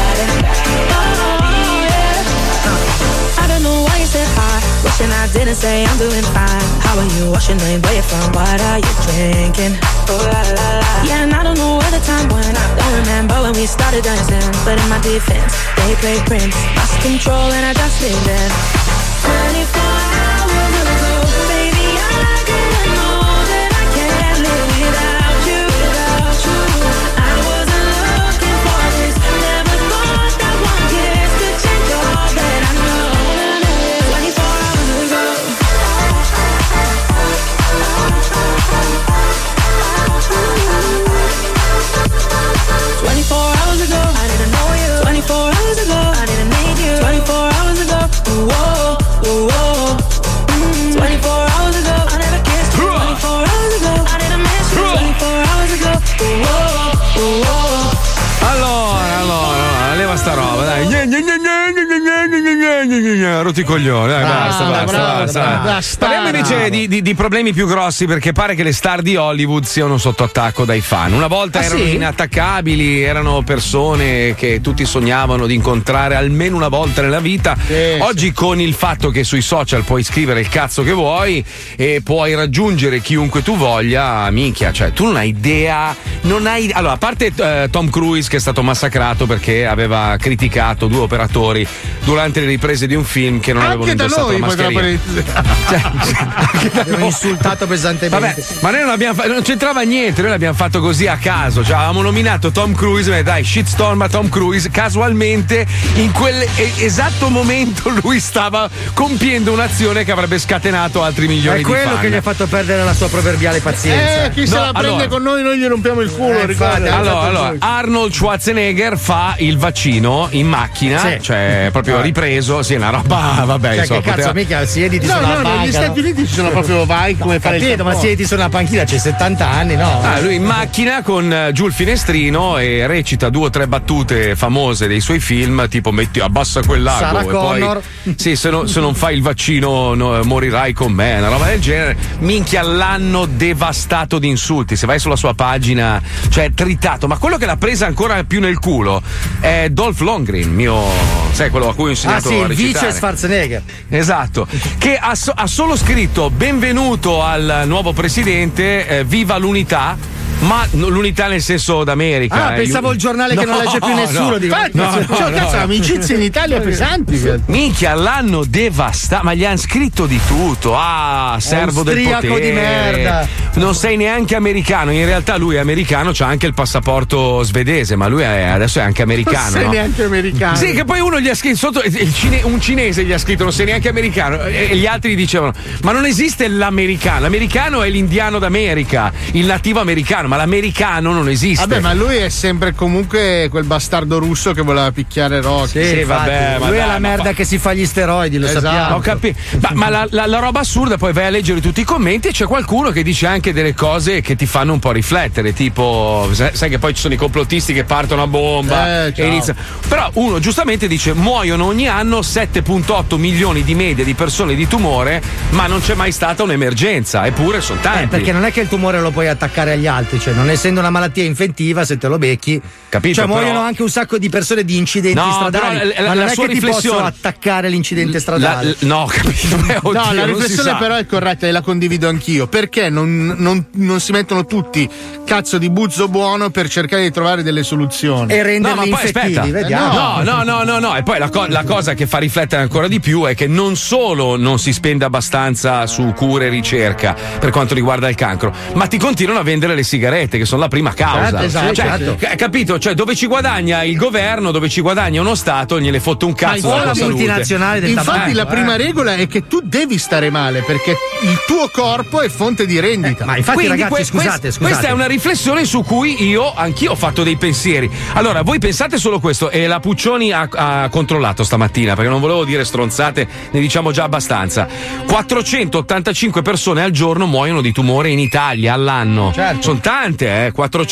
Oh, yeah. I don't know why you said hi, wishing I didn't say I'm doing fine. How are you? What's your name? Where you from? What are you drinking? Oh, la, la, la. Yeah, and I don't know where the time went. I don't remember when we started dancing, but in my defense, they played Prince. Lost control and I just lived in. 24 hours ago, baby, I didn't know that I can't live without you. I wasn't looking for this, never thought that one kiss could change all that I know. 24 hours ago. 24 hours ago, I didn't know you. 24 hours ago, I didn't need you. 24 hours ago, whoa, whoa. 24 hours ago, I never kissed you. 24 hours ago, I didn't miss you. 24 hours ago, whoa, whoa. Allora, leva sta roba, dai. Rotti i coglioni, dai, basta. Parliamo invece di problemi più grossi, perché pare che le star di Hollywood siano sotto attacco dai fan. Una volta erano inattaccabili, erano persone che tutti sognavano di incontrare almeno una volta nella vita. Oggi con il fatto che sui social puoi scrivere il cazzo che vuoi e puoi raggiungere chiunque tu voglia, minchia, cioè tu non hai idea, allora, a parte Tom Cruise che è stato massacrato perché aveva criticato due operatori durante le riprese di un film che non avevano indossato la mascherina. Abbiamo insultato pesantemente. Vabbè, ma noi non c'entrava niente, noi l'abbiamo fatto così a caso, cioè avevamo nominato Tom Cruise, dai, shitstorm a Tom Cruise, casualmente in quell'esatto momento lui stava compiendo un'azione che avrebbe scatenato altri milioni di fan. È quello che gli ha fatto perdere la sua proverbiale pazienza. Chi se la prende con noi gli rompiamo il culo, ricorda. Allora, Arnold Schwarzenegger fa il vaccino in macchina, cioè proprio ripreso, sì, una roba, vabbè, cioè, che cazzo, mica siediti sulla panchina. Negli Stati Uniti ci sono proprio vai come fare il ma siediti sulla panchina, c'hai 70 anni, no? Lui in macchina con giù il finestrino e recita 2 o 3 battute famose dei suoi film, tipo abbassa quel lago Sarah e Connor. poi sì, se non fai il vaccino morirai con me, una roba del genere. Minchia, l'hanno devastato di insulti. Se vai sulla sua pagina, cioè tritato, ma quello che l'ha presa ancora più nel culo è Dolph Lundgren, sai, quello a cui ho insegnato a recitare. Vice Schwarzenegger. Esatto, che ha solo scritto benvenuto al nuovo presidente, viva l'unità. Ma l'unità nel senso d'America. Pensavo il giornale che non legge più nessuno. Cazzo, amicizie in Italia pesanti. Minchia, l'hanno devastato, ma gli hanno scritto di tutto. Servo del potere. Di merda. Non sei neanche americano. In realtà lui è americano, c'ha anche il passaporto svedese, ma lui adesso è anche americano. Non sei neanche americano. Sì, che poi uno gli ha scritto sotto, un cinese gli ha scritto non sei neanche americano. E gli altri gli dicevano, ma non esiste l'americano. L'americano è l'indiano d'America, il nativo americano. ma l'americano non esiste. Vabbè, ma lui è sempre comunque quel bastardo russo che voleva picchiare Rocky. Sì, vabbè, lui è la merda che si fa gli steroidi, lo sappiamo. Ho capito. Ma la roba assurda, poi vai a leggere tutti i commenti e c'è qualcuno che dice anche delle cose che ti fanno un po' riflettere, tipo, sai che poi ci sono i complottisti che partono a bomba e iniziano. Però uno giustamente dice: muoiono ogni anno 7,8 milioni di media di persone di tumore, ma non c'è mai stata un'emergenza, eppure sono tanti. Perché non è che il tumore lo puoi attaccare agli altri, cioè non essendo una malattia infettiva, se te lo becchi, capito? Cioè però... muoiono anche un sacco di persone di incidenti stradali, ma non è che ti posso attaccare l'incidente stradale. No, capito? Oddio, no, la riflessione però è corretta e la condivido anch'io. Perché non si mettono tutti cazzo di buzzo buono per cercare di trovare delle soluzioni e renderli infettivi? Vediamo. No. E poi la cosa che fa riflettere ancora di più è che non solo non si spende abbastanza su cure e ricerca per quanto riguarda il cancro, ma ti continuano a vendere le sigarette, che sono la prima causa. Esatto. Capito? Cioè, dove ci guadagna il governo, dove ci guadagna uno Stato, gliene fotte un cazzo della multinazionale del Infatti tabacco, la prima regola è che tu devi stare male perché il tuo corpo è fonte di rendita. Ma infatti, quindi, ragazzi, scusate. Questa è una riflessione su cui anch'io ho fatto dei pensieri. Allora, voi pensate solo questo, e la Puccioni ha controllato stamattina, perché non volevo dire stronzate, ne diciamo già abbastanza. 485 persone al giorno muoiono di tumore in Italia all'anno. Certo. Sono tante,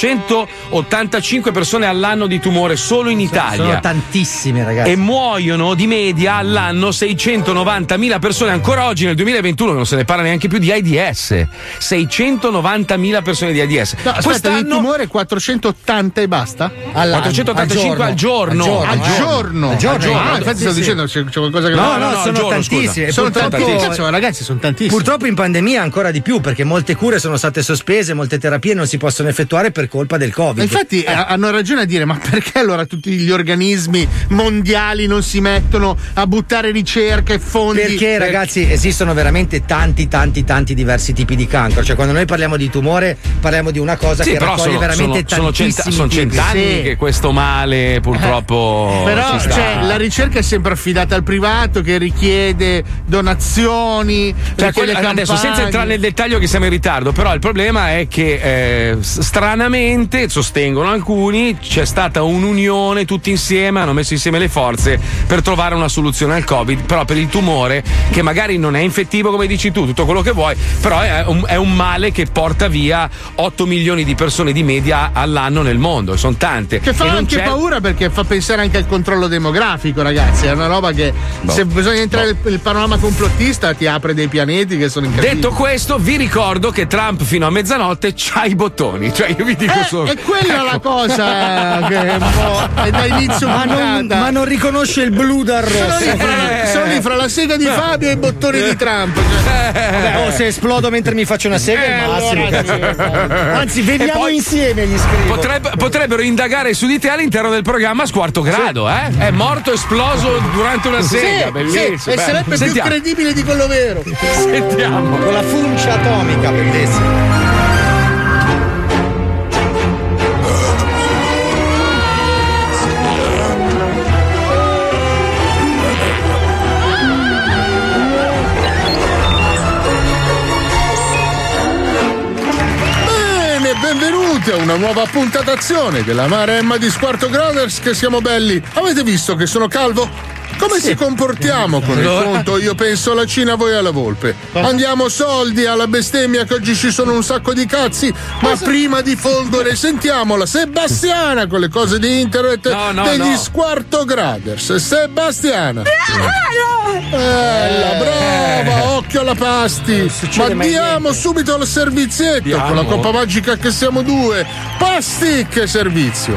485 persone all'anno di tumore solo in Italia. Sono tantissime, ragazzi. E muoiono di media all'anno 690.000 persone ancora oggi nel 2021, che non se ne parla neanche più di AIDS. 690.000 persone di AIDS. No, aspetta, il tumore 480 e basta? 485 al giorno. Al giorno. Infatti stavo dicendo c'è qualcosa che no, sono tantissime. Sono tantissime. Ragazzi, sono tantissime. Purtroppo in pandemia ancora di più, perché molte cure sono state sospese, molte terapie non si possono effettuare per colpa del Covid. Infatti hanno ragione a dire: ma perché allora tutti gli organismi mondiali non si mettono a buttare ricerca e fondi? Perché ragazzi esistono veramente tanti diversi tipi di cancro. Cioè quando noi parliamo di tumore parliamo di una cosa che raccoglie veramente tantissimi sono 100 anni che questo male purtroppo però la ricerca è sempre affidata al privato che richiede donazioni, adesso senza entrare nel dettaglio che siamo in ritardo, però il problema è che stranamente, sostengono alcuni, c'è stata un'unione, tutti insieme hanno messo insieme le forze per trovare una soluzione al Covid, però per il tumore, che magari non è infettivo come dici tu, tutto quello che vuoi, però è un male che porta via 8 milioni di persone di media all'anno nel mondo, sono tante. Che fa anche paura, perché fa pensare anche al controllo demografico, ragazzi, è una roba che se bisogna entrare nel panorama complottista ti apre dei pianeti che sono incredibili. Detto questo, vi ricordo che Trump fino a mezzanotte c'ha i bottoni, cioè io vi dico solo. È quella la cosa che è un po' è da inizio ma non riconosce il blu dal rosso. Sono lì fra la sega di Fabio e i bottoni di Trump. Vabbè, se esplodo mentre mi faccio una sega è il massimo. Anzi, veniamo insieme, gli scrivo. Potrebbero indagare su di te all'interno del programma Squarto Grado, È morto esploso durante una sega. Bellissimo. E sarebbe più credibile di quello vero. Sentiamo. Con la funcia atomica, bellissimo. Benvenuti a una nuova puntatazione della Maremma di Squarto Brothers. Che siamo belli. Avete visto che sono calvo? Come si comportiamo con il conto? Io penso alla Cina, voi alla volpe. Andiamo soldi alla bestemmia che oggi ci sono un sacco di cazzi. Ma prima di Folgore sentiamo la Sebastiana con le cose di internet degli Squarto Brothers. Sebastiana. Bella, brava, occhio alla pasti. Ma diamo subito al servizietto con la coppa magica che siamo due. Pasti che servizio.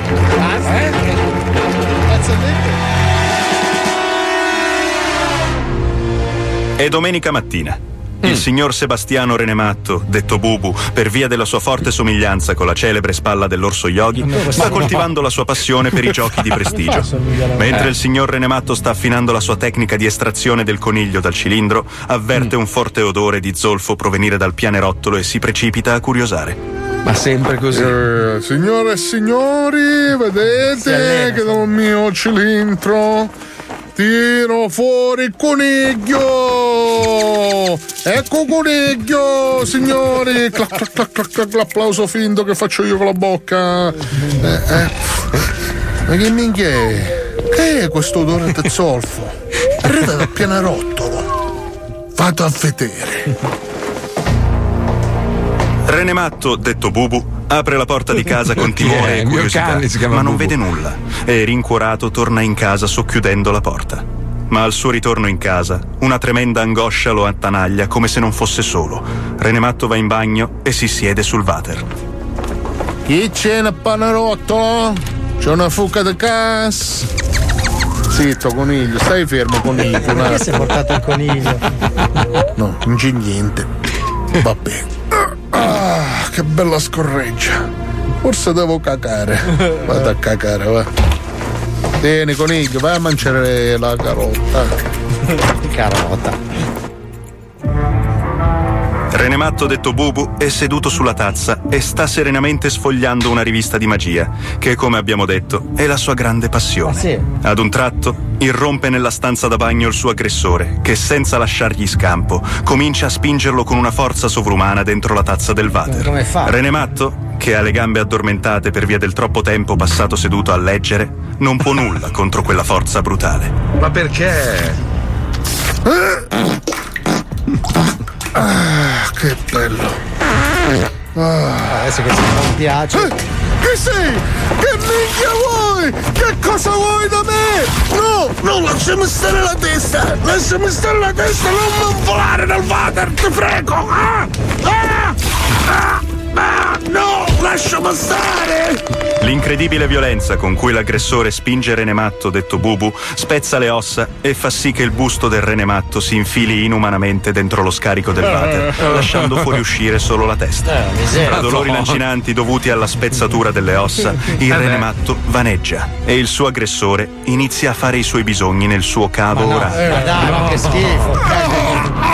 È domenica mattina. Il signor Sebastiano Renematto, detto Bubu, per via della sua forte somiglianza con la celebre spalla dell'orso Yogi, sta coltivando la sua passione per i giochi di prestigio. Mentre il signor Renematto sta affinando la sua tecnica di estrazione del coniglio dal cilindro, avverte un forte odore di zolfo provenire dal pianerottolo e si precipita a curiosare. Ma sempre così. Signore e signori, vedete che dal mio cilindro tiro fuori il coniglio. Ecco Coniglio, signori! Clac, clac, clac, clac, clac, l'applauso finto che faccio io con la bocca. Ma che minchia è? Che è questo odore di zolfo? Arriva da Pianerottolo. Vado a vedere. Renematto, detto Bubu, apre la porta di casa con timore e curiosità, ma non vede nulla e rincuorato torna in casa socchiudendo la porta. Ma al suo ritorno in casa, una tremenda angoscia lo attanaglia come se non fosse solo. Renematto va in bagno e si siede sul water. Chi c'è nel Pianerottolo? C'è una fucca di gas? Zitto, Coniglio, stai fermo, Coniglio. Perché si è portato il coniglio? No, non c'è niente. Va bene. Ah, che bella scorreggia. Forse devo cacare. Vado a cacare, va. Tieni, Coniglio, vai a mangiare la carota. Carota. Renematto, detto Bubu, è seduto sulla tazza e sta serenamente sfogliando una rivista di magia, che, come abbiamo detto, è la sua grande passione. Sì. Ad un tratto, irrompe nella stanza da bagno il suo aggressore, che senza lasciargli scampo, comincia a spingerlo con una forza sovrumana dentro la tazza del water. Come fa? Renematto, che ha le gambe addormentate per via del troppo tempo passato seduto a leggere, non può nulla contro quella forza brutale. Ma perché? Ah, che bello. Adesso che non piace. Chi sei? Che minchia vuoi? Che cosa vuoi da me? No, no, lasciami stare la testa. Lasciami stare la testa, non volare dal water, ti prego. No, lasciami stare. L'incredibile violenza con cui l'aggressore spinge Renematto, detto Bubu, spezza le ossa e fa sì che il busto del Renematto si infili inumanamente dentro lo scarico del water, lasciando fuoriuscire solo la testa. Tra dolori lancinanti dovuti alla spezzatura delle ossa, il Renematto vaneggia e il suo aggressore inizia a fare i suoi bisogni nel suo cavo orale. Ma dai, ma che schifo.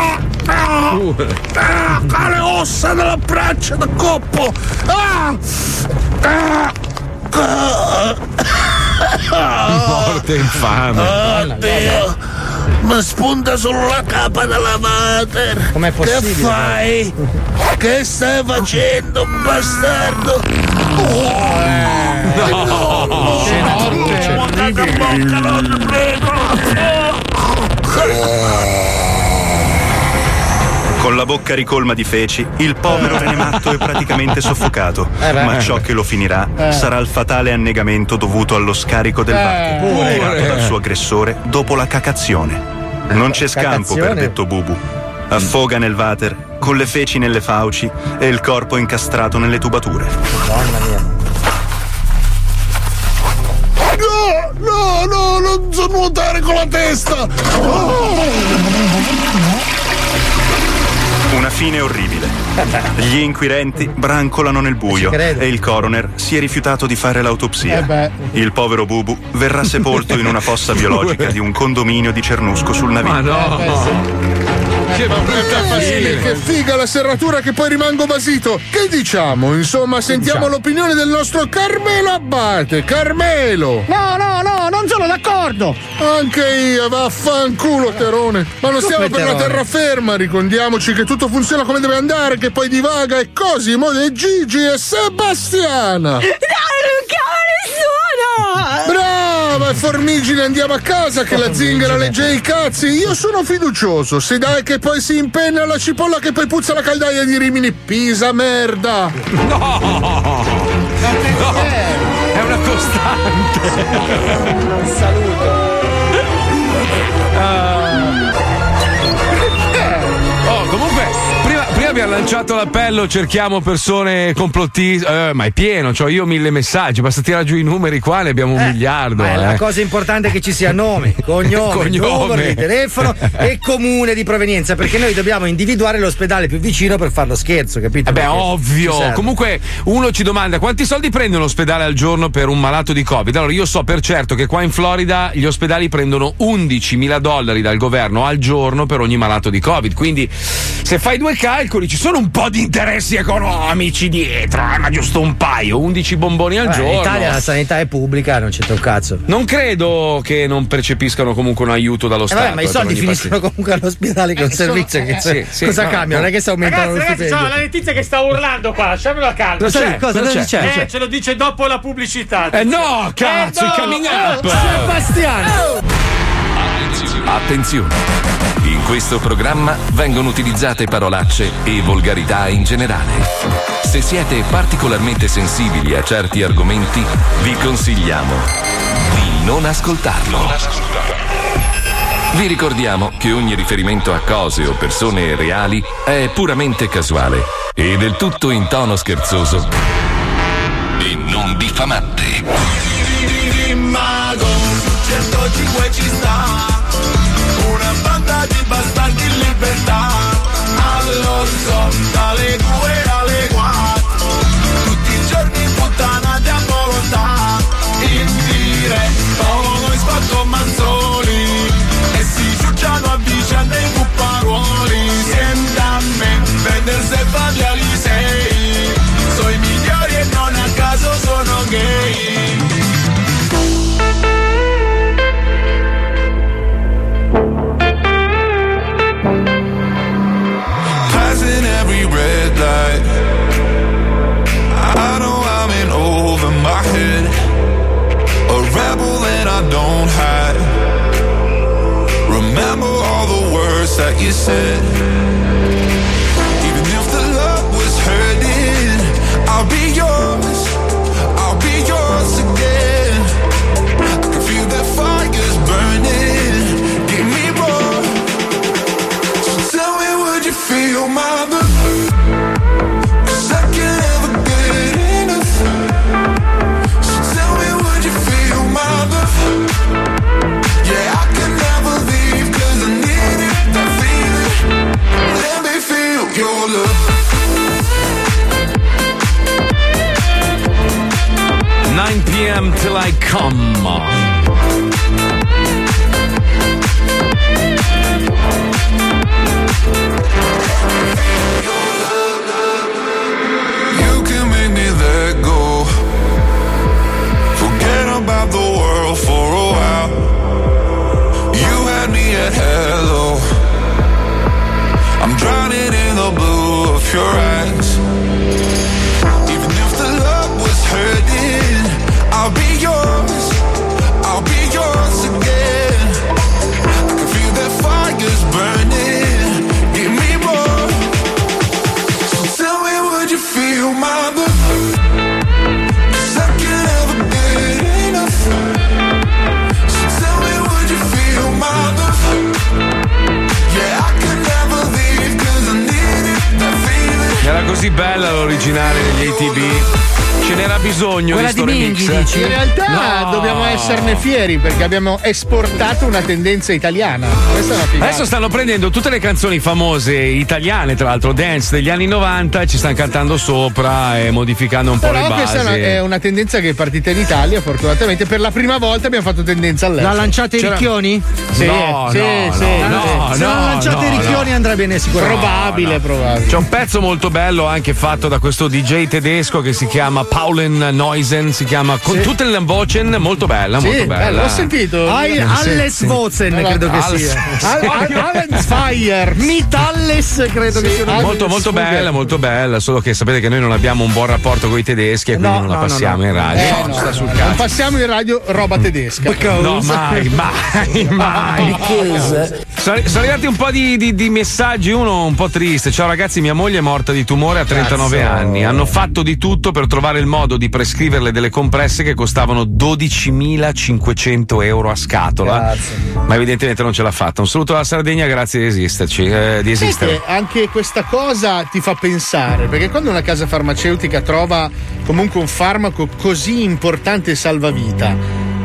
Le ossa della braccia da coppo. Morte infame. Oddio, mi spunta solo la capa della water. Com'è possibile? Che fai? Che stai facendo, bastardo? Con la bocca ricolma di feci, il povero Renematto è praticamente soffocato, ma ciò che lo finirà sarà il fatale annegamento dovuto allo scarico del water, tirato dal suo aggressore dopo la cacazione. Non c'è scampo per detto Bubu. Affoga nel water, con le feci nelle fauci e il corpo incastrato nelle tubature. Mamma mia. No, non so nuotare con la testa. Una fine orribile. Gli inquirenti brancolano nel buio e il coroner si è rifiutato di fare l'autopsia. Il povero Bubu verrà sepolto in una fossa biologica di un condominio di Cernusco sul Naviglio. Ma no! Che brutta fine! Che figa la serratura che poi rimango basito. Che diciamo? Insomma, sentiamo l'opinione del nostro Carmelo Abbate. Carmelo! No, non sono d'accordo. Anche io, vaffanculo Terone. Ma non stiamo per la terraferma, ricordiamoci che tutto funziona come deve andare, che poi divaga e Cosimo e Gigi e Sebastiana. No, non chiama nessuno! Brava, Formigine, andiamo a casa che la zingara legge i cazzi. Io sono fiducioso. Se dai che poi si impenna la cipolla che poi puzza la caldaia di Rimini. Pisa merda. No! È una costante. Saluto. Comunque, prima abbiamo lanciato l'appello, cerchiamo persone complottiste, ma è pieno, cioè io ho 1000 messaggi, basta tirare giù i numeri qua, ne abbiamo 1 miliardo. Ma la cosa importante è che ci sia nome, cognome, numero di telefono e comune di provenienza, perché noi dobbiamo individuare l'ospedale più vicino per fare lo scherzo, capito? Beh, ovvio. Comunque uno ci domanda quanti soldi prende un ospedale al giorno per un malato di Covid. Allora io so per certo che qua in Florida gli ospedali prendono $11.000 dal governo al giorno per ogni malato di Covid, quindi se fai 2 calcoli ci sono un po' di interessi economici dietro, ma giusto un paio, 11 bomboni al giorno. In Italia la sanità è pubblica, non c'entra un cazzo. Non credo che non percepiscano comunque un aiuto dallo Stato. Ma i soldi finiscono comunque all'ospedale, che è un servizio che cosa cambia? Non è che si aumentano lo stipendio. Ragazzi, la Letizia che sta urlando qua, lasciamelo a calma. Cosa c'è? Ce lo dice dopo la pubblicità. No, cazzo, il coming up! Sebastiano! Attenzione! In questo programma vengono utilizzate parolacce e volgarità in generale. Se siete particolarmente sensibili a certi argomenti, vi consigliamo di non ascoltarlo. Vi ricordiamo che ogni riferimento a cose o persone reali è puramente casuale e del tutto in tono scherzoso e non diffamante. Mago, 105 ci sta, una banda di bastardi in libertà, all'orso, dalle 2 alle 4, tutti i giorni puttanate a volontà, in diretto, noi spacco manzoni, e si ciucciano a vicenda i pupparuoli, senta a me, vendersi e farli Alisei, sono i migliori e non a caso sono gay. Red light, I know I'm in over my head, a rebel and I don't hide. Remember all the words that you said. Even if the love was hurting, I'll be yours, I'll be yours again. I can feel the fire's burning, give me more. So tell me, would you feel my love? Your love. 9 p.m. till I come. You can make me let go. Forget about the world for a while. You had me at hello. I'm drowning in the blue of your eyes. Even if the love was hurting, I'll be yours, I'll be yours again. I can feel that fire's burning, give me more. So tell me, would you feel my love? 'Cause I can never get enough. So tell me, would you feel my love? Yeah, I can never leave 'cause I need it, that feeling. Era così bella l'originale degli ATB. Ce n'era bisogno Quella di sto di Minghi, remix. dici? In realtà No. dobbiamo esserne fieri perché abbiamo esportato una tendenza italiana. Questa è una figata. Adesso stanno prendendo tutte le canzoni famose italiane, tra l'altro dance degli anni 90, e ci stanno cantando sopra e modificando un po' le Però basi. questa è una tendenza che è partita in Italia, fortunatamente. Per la prima volta abbiamo fatto tendenza all'estero. La lanciate i Ricchioni? Sì, No, sì, no, sì. no, Se la lanciate i Ricchioni andrà bene sicuramente. Probabile. C'è un pezzo molto bello anche fatto da questo DJ tedesco che si chiama Paulen Neusen, si chiama con tutte le voce, molto bella, molto bella. L'ho sentito. Alles Vozen, credo che sia. Alles Fire. Mitalles, credo che sia. Molto bella, solo che sapete che noi non abbiamo un buon rapporto con i tedeschi e quindi non la passiamo in radio. No, Ci sta sul non cazzo. passiamo in radio roba tedesca. No, mai. Sono arrivati un po' di messaggi, uno un po' triste. Ciao ragazzi, mia moglie è morta di tumore a 39 anni. Hanno fatto di tutto per trovare il modo di prescriverle delle compresse che costavano 12.500 euro a scatola. Ma evidentemente non ce l'ha fatta. Un saluto alla Sardegna, grazie di esisterci. Di esistere. Senti, anche questa cosa ti fa pensare, perché quando una casa farmaceutica trova comunque un farmaco così importante e salvavita,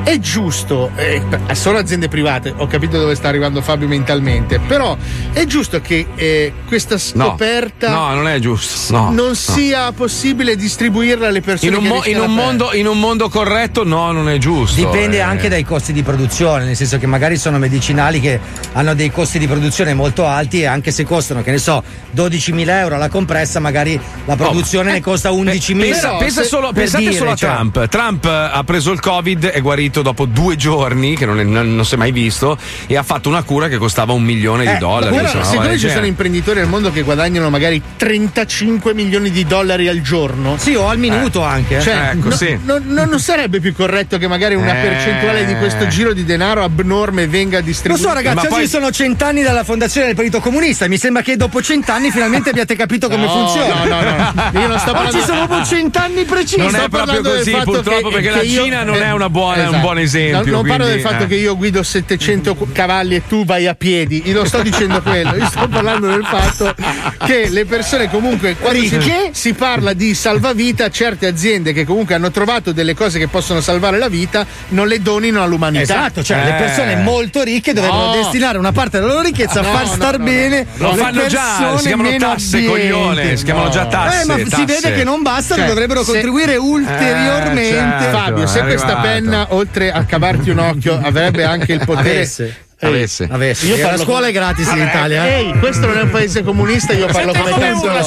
è giusto, sono aziende private, ho capito dove sta arrivando Fabio mentalmente, però è giusto che questa scoperta non è giusto, non sia possibile distribuirla alle persone in un mondo corretto. No, non è giusto. Dipende anche dai costi di produzione, nel senso che magari sono medicinali che hanno dei costi di produzione molto alti e anche se costano, che ne so, 12.000 euro la compressa, magari la produzione ne costa 11.000. Pensate solo a Trump. Trump ha preso il Covid, è guarito dopo 2 giorni, che non si è mai visto, e ha fatto una cura che costava $1 milione. Secondo me ci sono imprenditori al mondo che guadagnano magari $35 milioni al giorno. Sì, o al minuto anche. Cioè, non sarebbe più corretto che magari una percentuale di questo giro di denaro abnorme venga distribuita? Lo so, ragazzi, oggi sono 100 anni dalla fondazione del Partito Comunista. Mi sembra che dopo 100 anni finalmente abbiate capito come funziona. No. Io non sto parlando. Oggi sono 100 anni precisi. Non è proprio così, purtroppo, perché la Cina non è un buon esempio. Non parlo del fatto che io guido 700 cavalli e tu vai a piedi. Io non sto dicendo quello. Io sto parlando del fatto che le persone comunque, quando si parla di salvavita, certe aziende che comunque hanno trovato delle cose che possono salvare la vita non le donino all'umanità. Esatto, cioè le persone molto ricche dovrebbero destinare una parte della loro ricchezza a far star bene. Lo fanno già, si chiamano tasse, coglione. Si chiamano già tasse. Ma si vede che non bastano, dovrebbero contribuire ulteriormente. Fabio, se questa penna, oltre a cavarti un occhio, avrebbe anche il potere. Avesse. Io la scuola è gratis in Italia. Ehi, questo non è un paese comunista, io parlo come cazzo.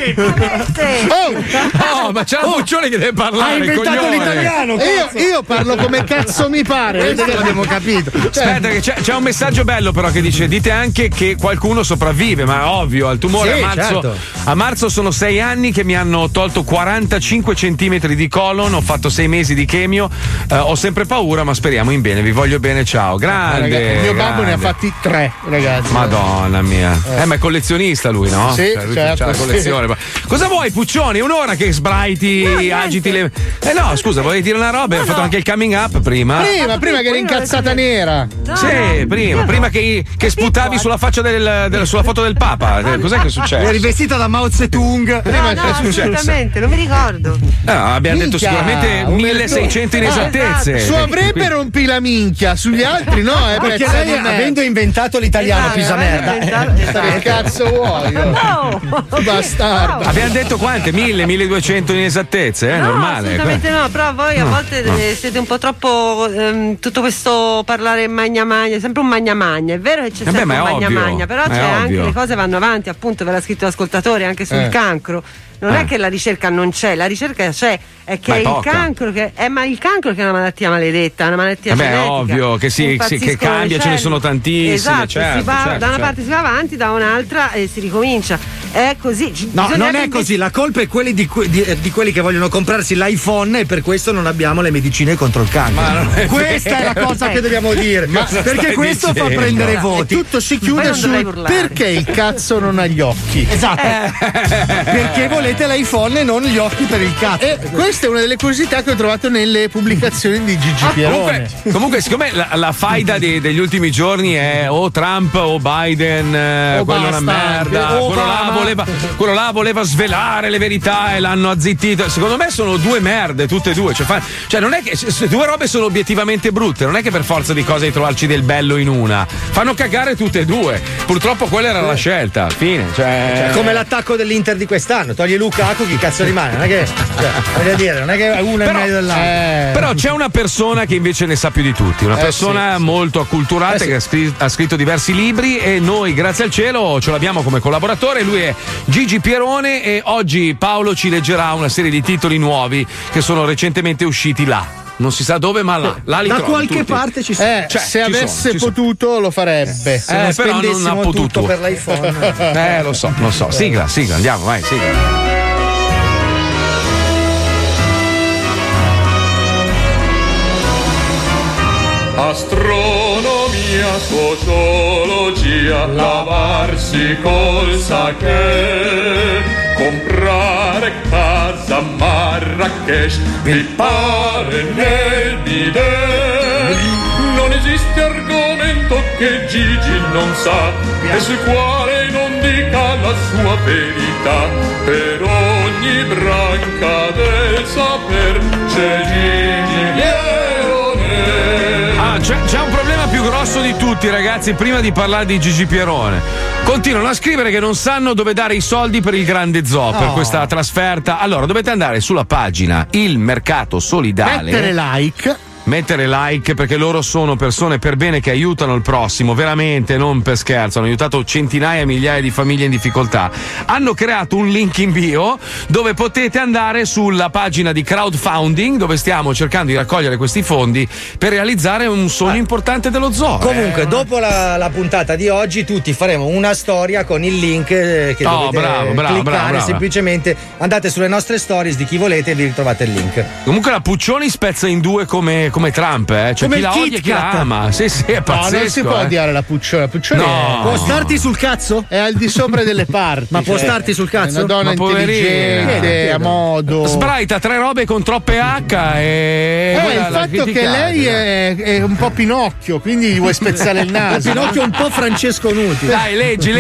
Ma c'è la Puccione che deve parlare. Ha inventato l'italiano. Io parlo come cazzo mi pare. L'abbiamo capito. Aspetta, che c'è un messaggio bello però che dice: dite anche che qualcuno sopravvive, ma ovvio, al tumore a marzo. Certo. A marzo sono 6 anni che mi hanno tolto 45 centimetri di colon, ho fatto 6 mesi di chemio, ho sempre paura, ma speriamo in bene, vi voglio bene, ciao. Grande. Mio babbo ne ha fatti 3, ragazzi. Madonna mia. Ma è collezionista lui, no? Sì, lui certo, c'ha la collezione. Ma cosa vuoi, Puccioni? Un'ora che sbraiti, agiti le. No, scusa, volevi dire una roba? Hai fatto anche il coming up prima? Prima che eri incazzata nera. Sì, prima che sputavi sulla faccia sulla foto del Papa. Cos'è che è successo? Eri vestita da Mao Zedong. Assolutamente, non mi ricordo. Abbiamo detto sicuramente 1600 inesattezze. Su Avrebbe rompi la minchia, sugli altri no, perché lei avendo inventato l'italiano pisa merda. Che cazzo vuoi? Bastardo. Abbiamo detto quante? 1200 inesattezze? No, normale. Assolutamente no, però voi a volte siete un po' troppo tutto questo parlare magna, sempre un magna. È vero che c'è sempre un magna, però c'è anche le cose vanno avanti, appunto, ve l'ha scritto l'ascoltatore anche sul cancro. Non è che la ricerca non c'è, la ricerca c'è, è che il cancro che è il cancro che è una malattia maledetta, una malattia genetica. È ovvio che che cambia, ce ne sono tantissime. Esatto, certo, da una parte si va avanti, da un'altra e si ricomincia. È così. No, non è così, la colpa è quella di quelli che vogliono comprarsi l'iPhone e per questo non abbiamo le medicine contro il cancro. Questa è la cosa che dobbiamo dire. Perché questo fa prendere voti. Tutto si chiude sul perché il cazzo non ha gli occhi. Esatto. Perché volete l'iPhone e non gli occhi per il cazzo. Questa è una delle curiosità che ho trovato nelle pubblicazioni di Gigi Pierone. Comunque, siccome la faida degli ultimi giorni è o Trump o Biden, quello è una merda, quello là voleva svelare le verità e l'hanno azzittito. Secondo me sono due merde, tutte e due. Cioè non è che se due robe sono obiettivamente brutte, non è che per forza di cose di trovarci del bello in una. Fanno cagare tutte e due. Purtroppo quella era la scelta. Fine. Cioè, come l'attacco dell'Inter di quest'anno. Togli Lukaku, chi cazzo rimane? Non è che voglio dire, non è che uno è meglio dell'altro. Però c'è una persona che invece ne sa più di tutti, una persona molto acculturata che ha scritto diversi libri e noi grazie al cielo ce l'abbiamo come collaboratore. Lui è Gigi Pierone e oggi Paolo ci leggerà una serie di titoli nuovi che sono recentemente usciti là. Non si sa dove, ma là li da trovi qualche tutti. parte ci sono. Se avesse potuto lo farebbe. Se però non ha potuto tutto per l'iPhone. Lo so. Sigla, andiamo, vai, sigla. Astronomia, sociologia, lavarsi col sake, comprare casa a Marrakesh, pippare nel bidet. Non esiste argomento che Gigi non sa e sul quale non dica la sua verità. Per ogni branca del saper c'è Gigi Pierone. C'è un problema più grosso di tutti, ragazzi, prima di parlare di Gigi Pierone. Continuano a scrivere che non sanno dove dare i soldi per il grande zoo, per questa trasferta. Allora, dovete andare sulla pagina Il Mercato Solidale. Mettere like perché loro sono persone per bene che aiutano il prossimo, veramente, non per scherzo. Hanno aiutato centinaia e migliaia di famiglie in difficoltà. Hanno creato un link in bio dove potete andare sulla pagina di crowdfunding, dove stiamo cercando di raccogliere questi fondi per realizzare un sogno importante dello zoo. Comunque, dopo la puntata di oggi, tutti faremo una storia con il link che dovete cliccare. Semplicemente andate sulle nostre stories di chi volete e vi ritrovate il link. Comunque la Puccioni spezza in due come Trump, C'è come chi la odia e chi la ama. Sì, è pazzesco. No, non si può odiare la Puccioni. La Puccioni può starti sul cazzo? È al di sopra delle parti. Ma può starti sul cazzo? È una donna intelligente, a modo. Sbraita tre robe con troppe H e il fatto che lei è un po' Pinocchio, quindi gli vuoi spezzare il naso. Pinocchio un po' Francesco Nuti. Dai, leggi,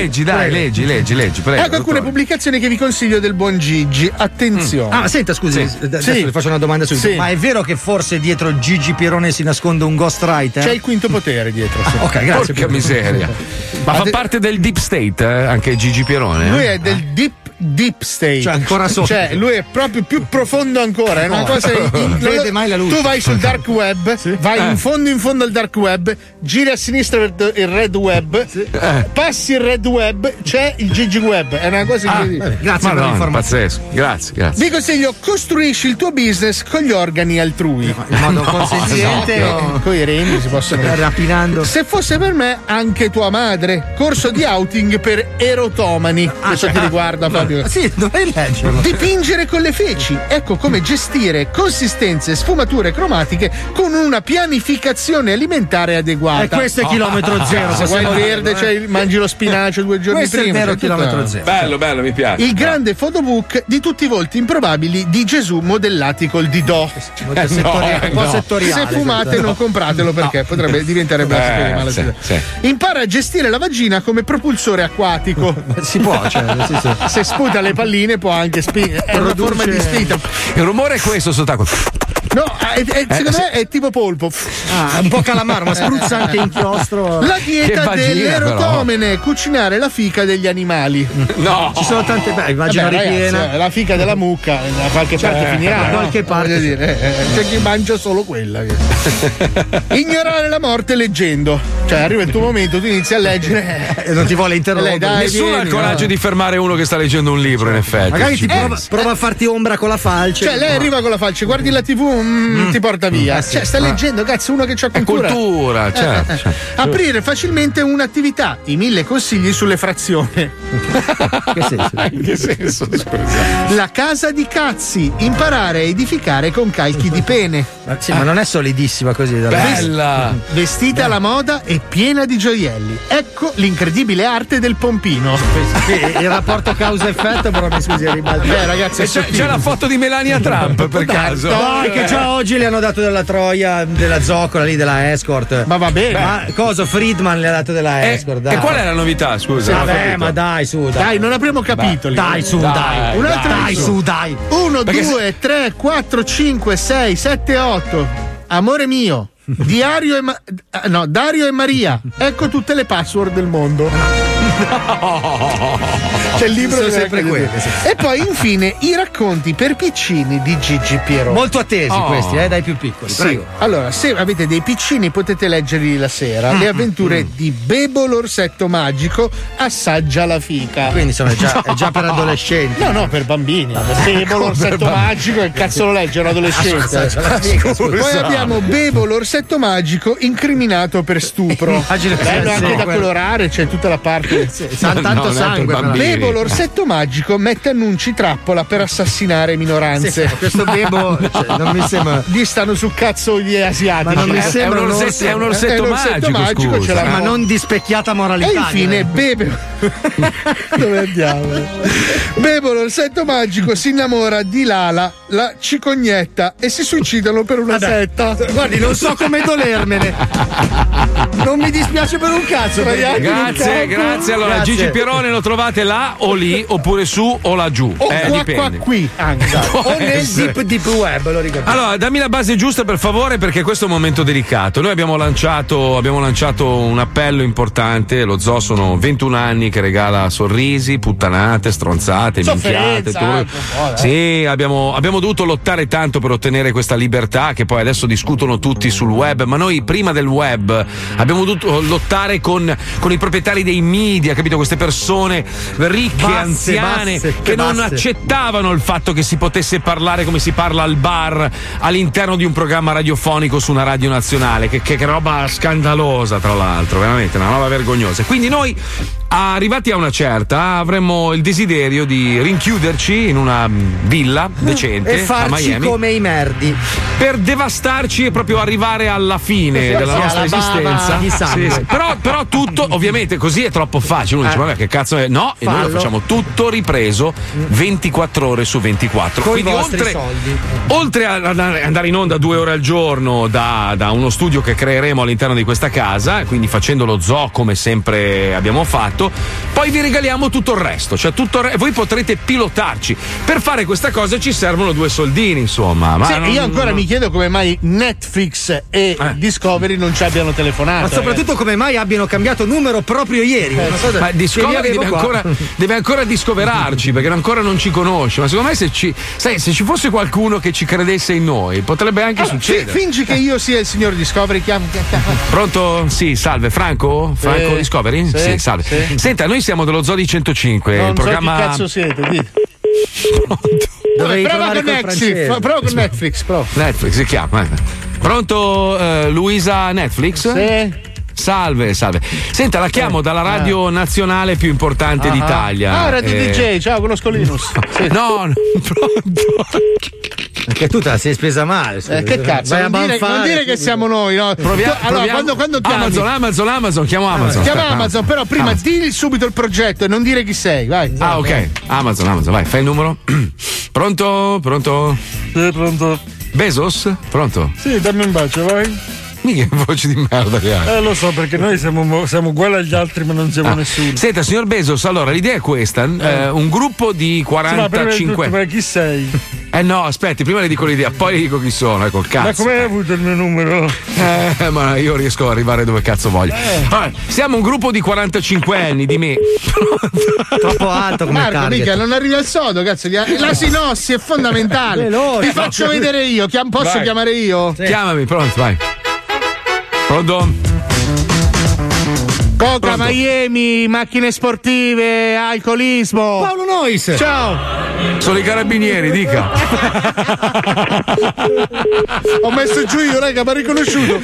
prego. Ecco alcune pubblicazioni che vi consiglio del buon Gigi. Attenzione. Senta, scusi, adesso le faccio una domanda subito. Ma è vero che forse dietro Gigi Pierone si nasconde un ghostwriter? C'è il quinto potere dietro. Ok, grazie. Porca miseria. Ma fa parte del Deep State, anche Gigi Pierone? Lui è del Deep State, cioè ancora sotto. Cioè lui è proprio più profondo ancora. È una cosa non vede mai la luce. Tu vai sul dark web, vai in fondo al dark web, giri a sinistra il red web, passi il red web, c'è il Gigi web. È una cosa incredibile. Grazie per l'informazione. Pazzesco. Grazie. Vi consiglio: costruisci il tuo business con gli organi altrui. In modo consenziente, con i reni si possono rapinando. Se fosse per me, anche tua madre. Corso di outing per erotomani. Questo ti riguarda, Fabio. Sì, dovrei leggerlo. Dipingere con le feci. Ecco come gestire consistenze, sfumature cromatiche con una pianificazione alimentare adeguata. E questo è chilometro zero. Se vuoi il verde, mangi lo spinacio 2 giorni questo prima. Questo è vero chilometro zero. Bello, mi piace. Il grande photobook di tutti i volti improbabili di Gesù modellati col didò. Un po' settoriale. Se fumate non compratelo perché potrebbe diventare male. Sì. Impara a gestire la vagina come propulsore acquatico. Si può, se sputa le palline può anche è una forma di spinta. Il rumore è questo sott'acqua. No, secondo me è tipo polpo. Un po' calamaro, ma spruzza anche inchiostro. La dieta dell'erotomene, cucinare la fica degli animali. No, ci sono tante immagino ripiena. La fica della mucca, da qualche parte finirà. Da qualche parte. C'è chi mangia solo quella. Ignorare la morte leggendo. Cioè, arriva il tuo momento, tu inizi a leggere e non ti vuole interrompere. Nessuno ha il coraggio di fermare uno che sta leggendo un libro, in effetti. Magari ti prova a farti ombra con la falce. Cioè, lei arriva con la falce, guardi la TV, ti porta via. Cioè, sta leggendo, cazzo, uno che c'ha cultura. Certo. Aprire facilmente un'attività. I 1000 consigli sulle frazioni. Che senso? In che senso? La casa di cazzi. Imparare a edificare con calchi di pene. Ma non è solidissima così. Bella. Vestita alla moda e piena di gioielli. Ecco l'incredibile arte del pompino. Il rapporto causa-effetto, però mi scusi, ragazzi, c'è la foto di Melania Trump per caso. Dai, che già oggi le hanno dato della troia, della zoccola lì, della escort. Ma va bene. Ma cosa? Friedman le ha dato della escort. E qual è la novità? Scusa. Vabbè, ma dai, su. Dai, non apriamo capitoli. Dai, su, dai. Un altro. Dai, su, dai. 1, 2, 3, 4, 5, 6, 7, 8. Amore mio. Dario e Maria. Ecco tutte le password del mondo. C'è il libro sono sempre quelli. E poi infine i racconti per piccini di Gigi Pierone. Molto attesi questi, dai più piccoli. Sì. Prego. Allora, se avete dei piccini potete leggerli la sera. Le avventure di Bebo l'orsetto magico assaggia la fica. Quindi sono è già per adolescenti. No, per bambini. Bebo l'orsetto magico, che cazzo lo legge un adolescente? Poi abbiamo Bebo l'orsetto magico incriminato per stupro. Bello anche da colorare, c'è tutta la parte. Tanto sangue. Bebo l'orsetto magico mette annunci trappola per assassinare minoranze. Questo Bebo non mi sembra. Gli stanno sul cazzo gli asiatici. Ma non mi sembra è un orsetto magico, ce ma non di specchiata moralità. E infine Bebo dove andiamo? Bebo l'orsetto magico si innamora di Lala, la cicognetta, e si suicidano per una setta. Guardi, non so come dolermene. Non mi dispiace per un cazzo. Grazie Allora, Grazie. Gigi Pierone lo trovate là o lì, oppure su o laggiù. O Dipende. qui anche. O nel deep web, lo ricordo. Allora, dammi la base giusta per favore, perché questo è un momento delicato. Noi abbiamo lanciato un appello importante. Lo Zoo sono 21 anni che regala sorrisi, puttanate, stronzate, minchiate. Sì, abbiamo dovuto lottare tanto per ottenere questa libertà, che poi adesso discutono tutti sul web, ma noi prima del web abbiamo dovuto lottare con i proprietari dei media, capito? Queste persone ricche, anziane, che non accettavano il fatto che si potesse parlare come si parla al bar all'interno di un programma radiofonico su una radio nazionale. Che roba scandalosa, tra l'altro, veramente una roba vergognosa. Quindi noi, arrivati a una certa, avremmo il desiderio di rinchiuderci in una villa decente e farci a Miami, come i merdi, per devastarci e proprio arrivare alla fine della nostra esistenza. Sì. Però tutto, ovviamente, così è troppo facile. Uno dice, vabbè, che cazzo è? No, e noi lo facciamo tutto ripreso 24 ore su 24. Con Quindi i vostri soldi. oltre ad andare in onda 2 ore al giorno da uno studio che creeremo all'interno di questa casa, quindi facendo lo Zoo come sempre abbiamo fatto, poi vi regaliamo tutto il resto, cioè voi potrete pilotarci. Per fare questa cosa ci servono 2 soldini, insomma. Ma io ancora mi chiedo come mai Netflix e Discovery non ci abbiano telefonato. Ma soprattutto come mai abbiano cambiato numero proprio ieri. Ma Discovery deve ancora discoverarci, perché ancora non ci conosce. Ma secondo me se ci fosse qualcuno che ci credesse in noi, potrebbe anche succedere. Fingi che io sia il signor Discovery. Pronto? Sì, salve. Franco Discovery? Sì, salve. Sì. Senta, noi siamo dello Zoo di 105. Non il programma. so chi cazzo siete, dite. Dovevi Prova provare con col Netflix. Netflix si chiama. Pronto, Luisa Netflix? Sì. Salve. Senta, la chiamo dalla radio nazionale più importante d'Italia. Radio DJ, ciao, conosco Linus. Sì. No, pronto. Perché tu te la sei spesa male. Che cazzo? Non dire che siamo noi, no? Proviamo. Quando chiami Amazon, chiamo Amazon. Chiama Amazon, però prima digli subito il progetto e non dire chi sei, vai. Ok. Amazon, vai, fai il numero. Pronto? Sì, pronto. Bezos? Pronto? Sì, dammi un bacio, vai. Mica voce di merda che hai. Lo so, perché noi siamo uguali agli altri, ma non siamo nessuno. Senta, signor Bezos, allora l'idea è questa: un gruppo di 45. Ma chi sei? No, aspetti, prima le dico l'idea, poi le dico chi sono, col cazzo. Ma come hai avuto il mio numero? Ma io riesco ad arrivare dove cazzo voglio. Allora, siamo un gruppo di 45 anni, di me. Troppo alto come Marco, target. mica, non arriva al sodo, cazzo. La sinossi è fondamentale. Ti faccio vedere io. Posso chiamare io? Sì. Chiamami, pronto, vai. Pronto? Coca, Miami, macchine sportive, alcolismo. Paolo Nois. Ciao. Sono i carabinieri, dica. Ho messo giù io, raga, mi ha riconosciuto.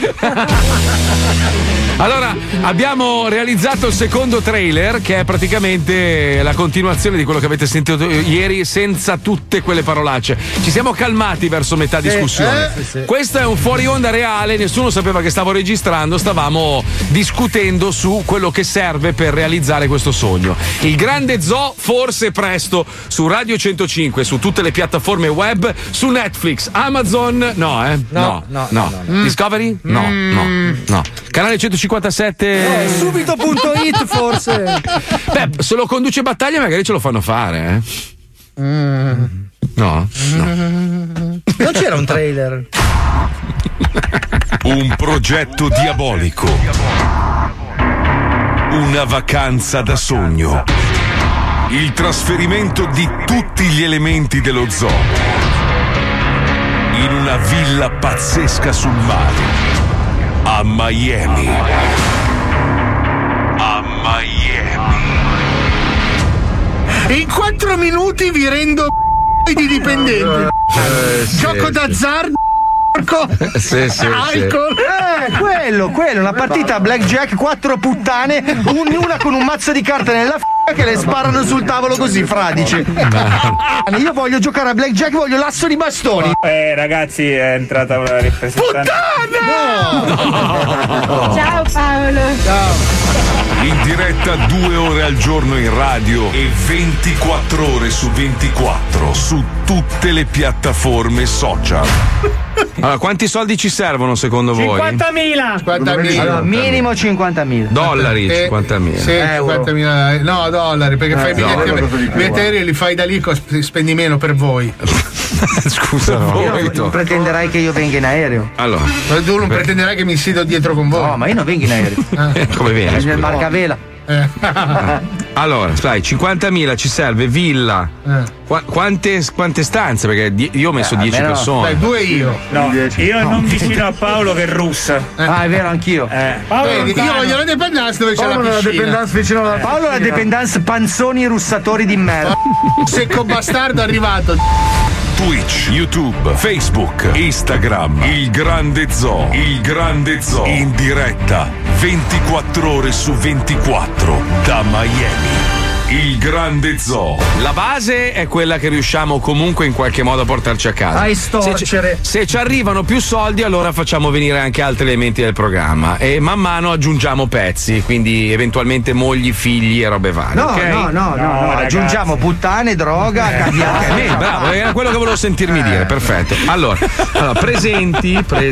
Allora, abbiamo realizzato il secondo trailer, che è praticamente la continuazione di quello che avete sentito ieri, senza tutte quelle parolacce. Ci siamo calmati verso metà discussione. Questo è un fuori onda reale, nessuno sapeva che stavo registrando, stavamo discutendo su quello che serve per realizzare questo sogno. Il grande Zoo, forse presto, su Radio 105, su tutte le piattaforme web, su Netflix, Amazon, no. Discovery? No. Canale 157. Subito.it forse. Beh, se lo conduce Battaglia magari ce lo fanno fare, No. Non c'era un trailer. Un progetto diabolico. Una vacanza da sogno. Il trasferimento di tutti gli elementi dello zoo in una villa pazzesca sul mare a Miami. In 4 minuti vi rendo di dipendenti. Gioco d'azzardo. Alcol. Quello, una partita a blackjack, 4 puttane, una con un mazzo di carte nella che le sparano sul tavolo così, fradici. Io voglio giocare a blackjack, voglio l'asso di bastoni. Ragazzi, è entrata una rappresentante. Puttana! Ciao Paolo. Ciao. In diretta 2 ore al giorno in radio e 24 ore su 24 su tutte le piattaforme social. Allora, quanti soldi ci servono secondo voi? 50.000. Allora, minimo 50.000 dollari. 50.000 sì, 50.000. No, dollari, perché fai biglietti aerei, li fai da lì, spendi meno per voi. Scusa, io non pretenderai che io venga in aereo. Allora, ma tu non pretenderai che mi siedo dietro con voi. No, ma io non vengo in aereo. Come viene? Nel Marcavela. Allora, sai, 50.000 ci serve, villa. Quante stanze? Perché io ho messo 10 persone. Dai, 2 io. No, io non vicino a Paolo che è russa. Ah, è vero, anch'io. Vedi, io voglio la dependance dove c'è la piscina. Paolo la dependance panzoni russatori di merda. Secco bastardo arrivato. Twitch, YouTube, Facebook, Instagram, Il Grande Zoo. Il Grande Zoo in diretta 24 ore su 24 da Miami. Il Grande Zoo. La base è quella che riusciamo comunque in qualche modo a portarci a casa. A estorcere. Se ci arrivano più soldi, allora facciamo venire anche altri elementi del programma e man mano aggiungiamo pezzi, quindi eventualmente mogli, figli e robe varie. No, okay? no, aggiungiamo puttane, droga, caviale. Bravo, era quello che volevo sentirmi dire, perfetto. Allora, presenti.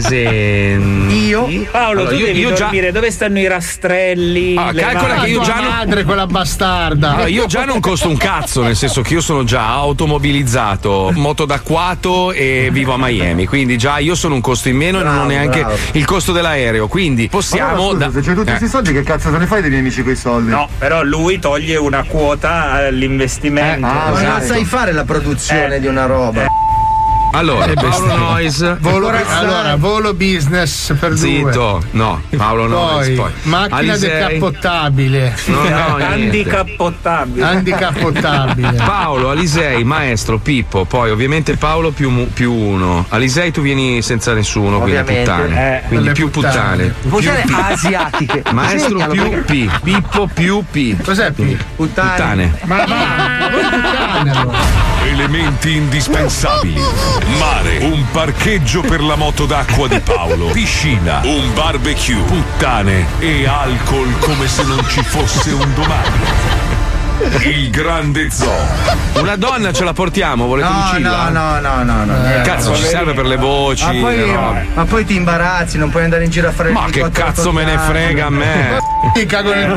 Io? Paolo, allora, tu devi dormire, dove stanno i rastrelli? Calcola che io già madre, quella bastarda. Io già non costo un cazzo, nel senso che io sono già automobilizzato, moto d'acquato e vivo a Miami, quindi già io sono un costo in meno e non ho neanche il costo dell'aereo, quindi possiamo. Allora, scusa, se c'hai tutti questi soldi, che cazzo te ne fai dei miei amici quei soldi? No, però lui toglie una quota all'investimento. Ma non sai fare la produzione di una roba. Allora, Paolo Noyes. Volo business per Zitto, no, Paolo Noyes. Poi macchina decappottabile. Handicappottabile. Paolo, Alisei, maestro, Pippo, poi ovviamente Paolo più uno. Alisei tu vieni senza nessuno, ovviamente. Quindi puttane. Quindi più puttane. Puttane asiatiche. Maestro più P, Pippo più P. Cos'è P? Puttane. Ma puttane allora. Elementi indispensabili: mare, un parcheggio per la moto d'acqua di Paolo, piscina, un barbecue, puttane e alcol come se non ci fosse un domani. Il Grande Zoo. Una donna ce la portiamo? Volete Lucilla? No. Cazzo, ci serve per le voci. Ma poi ti imbarazzi, non puoi andare in giro a fare Ma che cazzo me ne frega a me? Ti cago nel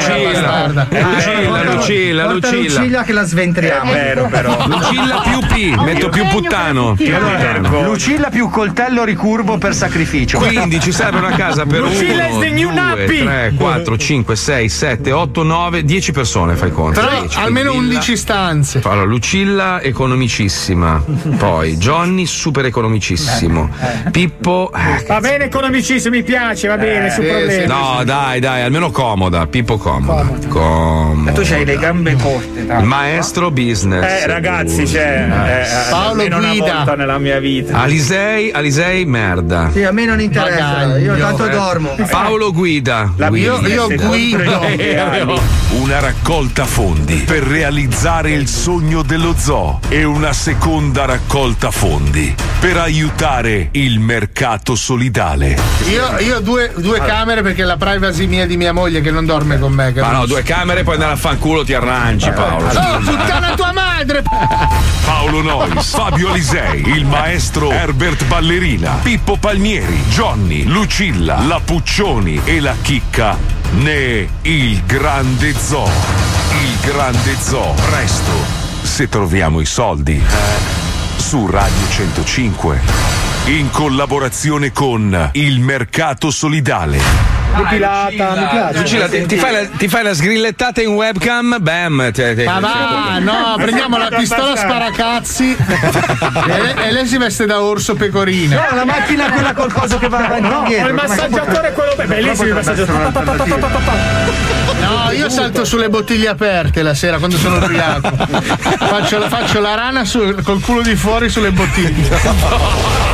Lucilla. Lucilla che la sventriamo. È vero, però. Lucilla più P, metto più puttano. Lucilla più coltello ricurvo per sacrificio. Quindi ci serve una casa per 1, 2, 3, 4, 5, 6, 7, 8, 9, 10 persone, fai conto. Però 10, almeno 11 stanze. Allora, Lucilla economicissima. Poi Johnny super economicissimo. Pippo va bene, economicissimo, mi piace, va bene, su problemi. No, dai, almeno comoda. Pippo comoda. Ma tu c'hai le gambe corte. Il maestro business. Ragazzi, Paolo guida una volta nella mia vita. Alisei merda. Sì, a me non interessa, io tanto dormo. Paolo guida. Io guido. Una raccolta fondi per realizzare il sogno dello zoo e una seconda raccolta fondi per aiutare il mercato solidale. Io due camere perché la privacy mia di mia moglie che non dorme con me. Ma no, 2 camere poi andare a fanculo ti arrangi, Paolo. Oh, puttana tua madre! Paolo Noyes, Fabio Alisei, il maestro Herbert Ballerina, Pippo Palmieri, Johnny, Lucilla, la Puccioni e la Chicca. Il Grande Zoo. Il Grande Zoo. Presto, se troviamo i soldi. Su Radio 105. In collaborazione con il Mercato Solidale. Depilata, mi piace. Lucilla, ti fai la sgrillettata in webcam, bam. Ma va, no, prendiamo la pistola sparacazzi e lei si veste da orso pecorina. No, la macchina quella col coso che va avanti e indietro. Il massaggiatore è quello bellissimo, il massaggiatore. No, io salto sulle bottiglie aperte la sera quando sono ubriaco. Faccio la rana col culo di fuori sulle bottiglie.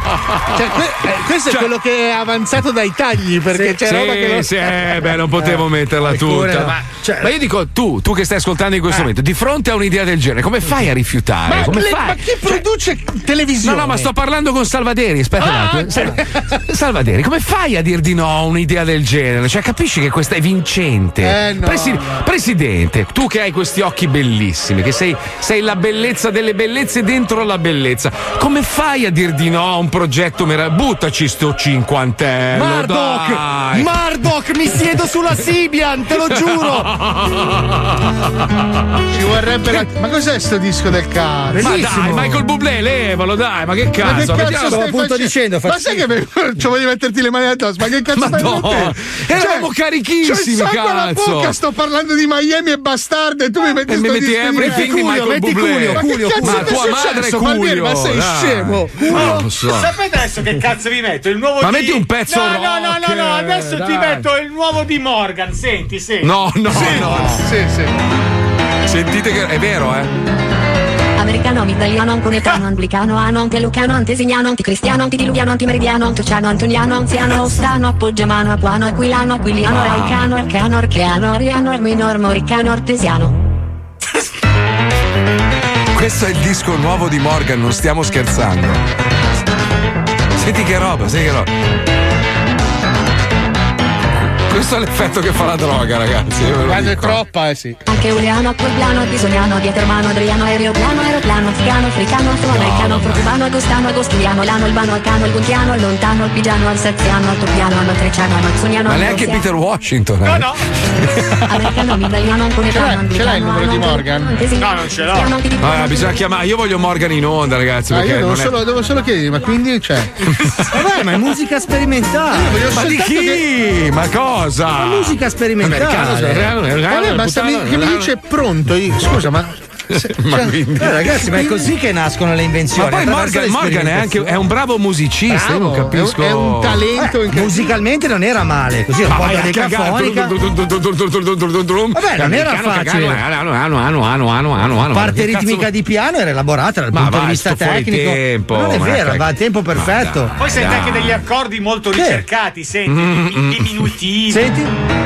Questo è quello che è avanzato dai tagli, perché c'è roba che non potevo metterla tutta. Ma io dico, tu che stai ascoltando in questo momento, di fronte a un'idea del genere, come fai a rifiutare? Ma chi produce televisione? No, ma sto parlando con Salvaderi, aspetta un attimo. Salvaderi, come fai a dir di no a un'idea del genere? Cioè, capisci che questa è vincente? No. Presidente, tu che hai questi occhi bellissimi, che sei la bellezza delle bellezze dentro la bellezza, come fai a dir di no a un progetto meraviglioso? Buttaci sto cinquantello. Murdoch, mi siedo sulla Sibian, te lo giuro. Ci vorrebbe ma cos'è sto disco del cazzo? Ma dai, Michael Bublé, levalo, dai, ma che cazzo? Stavo appunto dicendo. Ma sai che voglio metterti le mani addosso? Ma che cazzo stai mettendo? Eravamo carichissimi, cazzo. La bocca, sto parlando di Miami e bastardo e tu mi metti sto disco everything di Michael Bublé. Ma tua madre è Culio. Ma sei scemo? Non lo so. Sapete adesso che cazzo vi metto? Il nuovo ma metti un pezzo rock. No, adesso ti metto il nuovo di Morgan, senti. No. Sì. Sentite che è vero, Americano, italiano, anconetano, anglicano, antelucano, antesignano, anticristiano, antidiluviano, antimeridiano, antociano, antoniano, anziano, ostano, appoggiamano, apuano, aquilano, aquiliano, raicano, arcano, archeano, ariano, minor, moricano, artesiano. Questo è il disco nuovo di Morgan, non stiamo scherzando. Senti che roba. Questo è l'effetto che fa la droga, ragazzi. Quando è troppa, sì. Anche uliano, aquaplano, bisoniano, dietermano, adriano, aeroplano, afgano, africano, afroamericano, afrocubano, agostano, agostuliano, lano, albano, alcano, il guntiano, il lontano, il pigiano, alsaziano, altopiano, altreciano, amazzoniano. Ma neanche Peter Washington. No. Americano, italiano, anconetano, ce l'hai il numero di Morgan? No, non ce l'ho. Bisogna chiamare. Io voglio Morgan in onda, ragazzi. Perché io devo solo chiedere, ma quindi c'è? Vabbè, ma è musica sperimentale. Ma di chi? Ma cosa? La musica sperimentale. Ma che mi dice pronto? Scusa, ma quindi ragazzi, ma è così che nascono le invenzioni. Ma poi Morgan è un bravo musicista. Io non capisco. È un talento musicalmente non era male, così un po' da decafonica. Vabbè, non era facile. La parte ritmica di piano era elaborata dal punto di vista tecnico. Non è vero, va a tempo perfetto. Poi senti anche degli accordi molto ricercati, senti, diminutivi. Senti,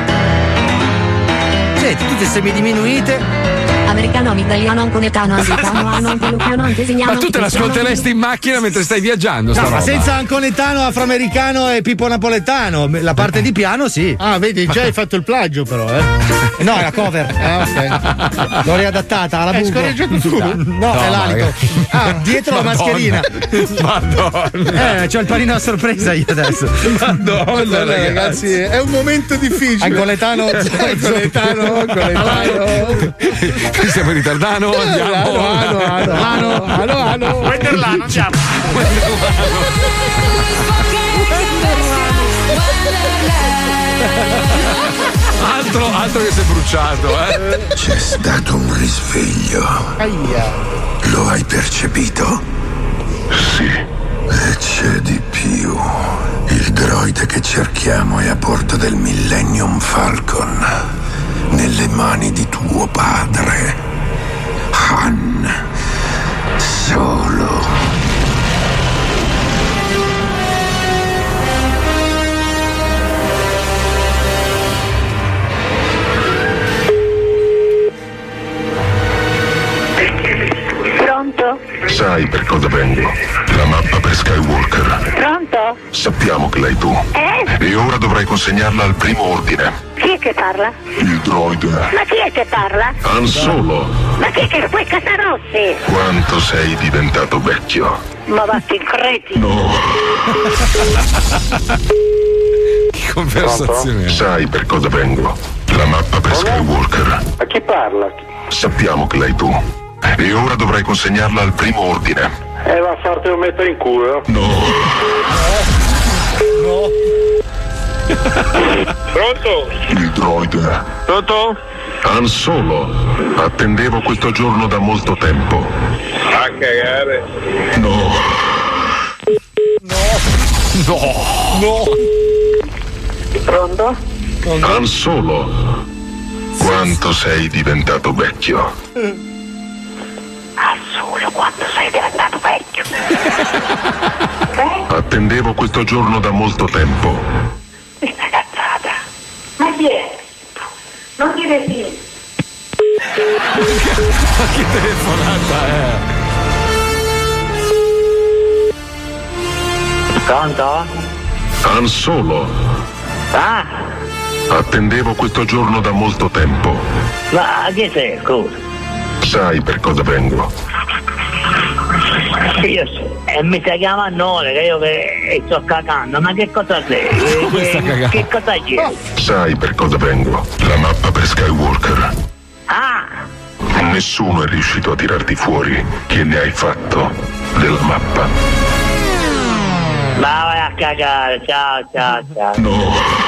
tutte semidiminuite. Americano, italiano, anconetano, anglicano, antelucano, antesignano. Ma tu te l'ascolteresti in macchina mentre stai viaggiando? Ma senza anconetano, afroamericano e pippo napoletano. La parte di piano, sì. Ah, vedi, già hai fatto il plagio, però, No, è la cover. Ok. L'ho riadattata alla buco. Hai scorreggiato tu? No, è l'alito. Dietro la mascherina. Madonna. C'ho il panino a sorpresa io adesso. Madonna, ragazzi, è un momento difficile. Anconetano. Siamo in ritardano, andiamo. Wenderlano, andiamo. Altro che si è bruciato, C'è stato un risveglio. Lo hai percepito? Sì. E c'è di più. Il droide che cerchiamo è a bordo del Millennium Falcon, nelle mani di tuo padre, Han Solo. Pronto? Sai per cosa vengo? La mappa per Skywalker. Pronto? Sappiamo che l'hai tu. E ora dovrai consegnarla al primo ordine. Chi è che parla? Il droide. Ma chi è che parla? Han Solo. Ma chi è che quei Casarossi? Quanto sei diventato vecchio. Ma vatti in cretino. No. Che conversazione. Sai per cosa vengo? La mappa per Skywalker. A chi parla? Sappiamo che l'hai tu. E ora dovrai consegnarla al primo ordine. Va a fartelo mettere in culo. No. Pronto? Il droide. Pronto? Han Solo. Attendevo questo giorno da molto tempo. A cagare. No. Pronto? Han Solo. Quanto sei diventato vecchio. Ah, solo quando sei diventato vecchio. Attendevo questo giorno da molto tempo. Questa cazzata. Ma chi è? Non dire sì. Ma che telefonata è? Pronto? Han Solo. Ah? Attendevo questo giorno da molto tempo. Ma chi sei, scusa? Sai per cosa vengo? Io mi stai chiamando che io che sto cagando, ma che cosa sei? Come sta cagando? Che cosa c'è? Sai per cosa vengo? La mappa per Skywalker. Ah! Nessuno è riuscito a tirarti fuori. Che ne hai fatto della mappa? Ma vai a cagare, ciao. No.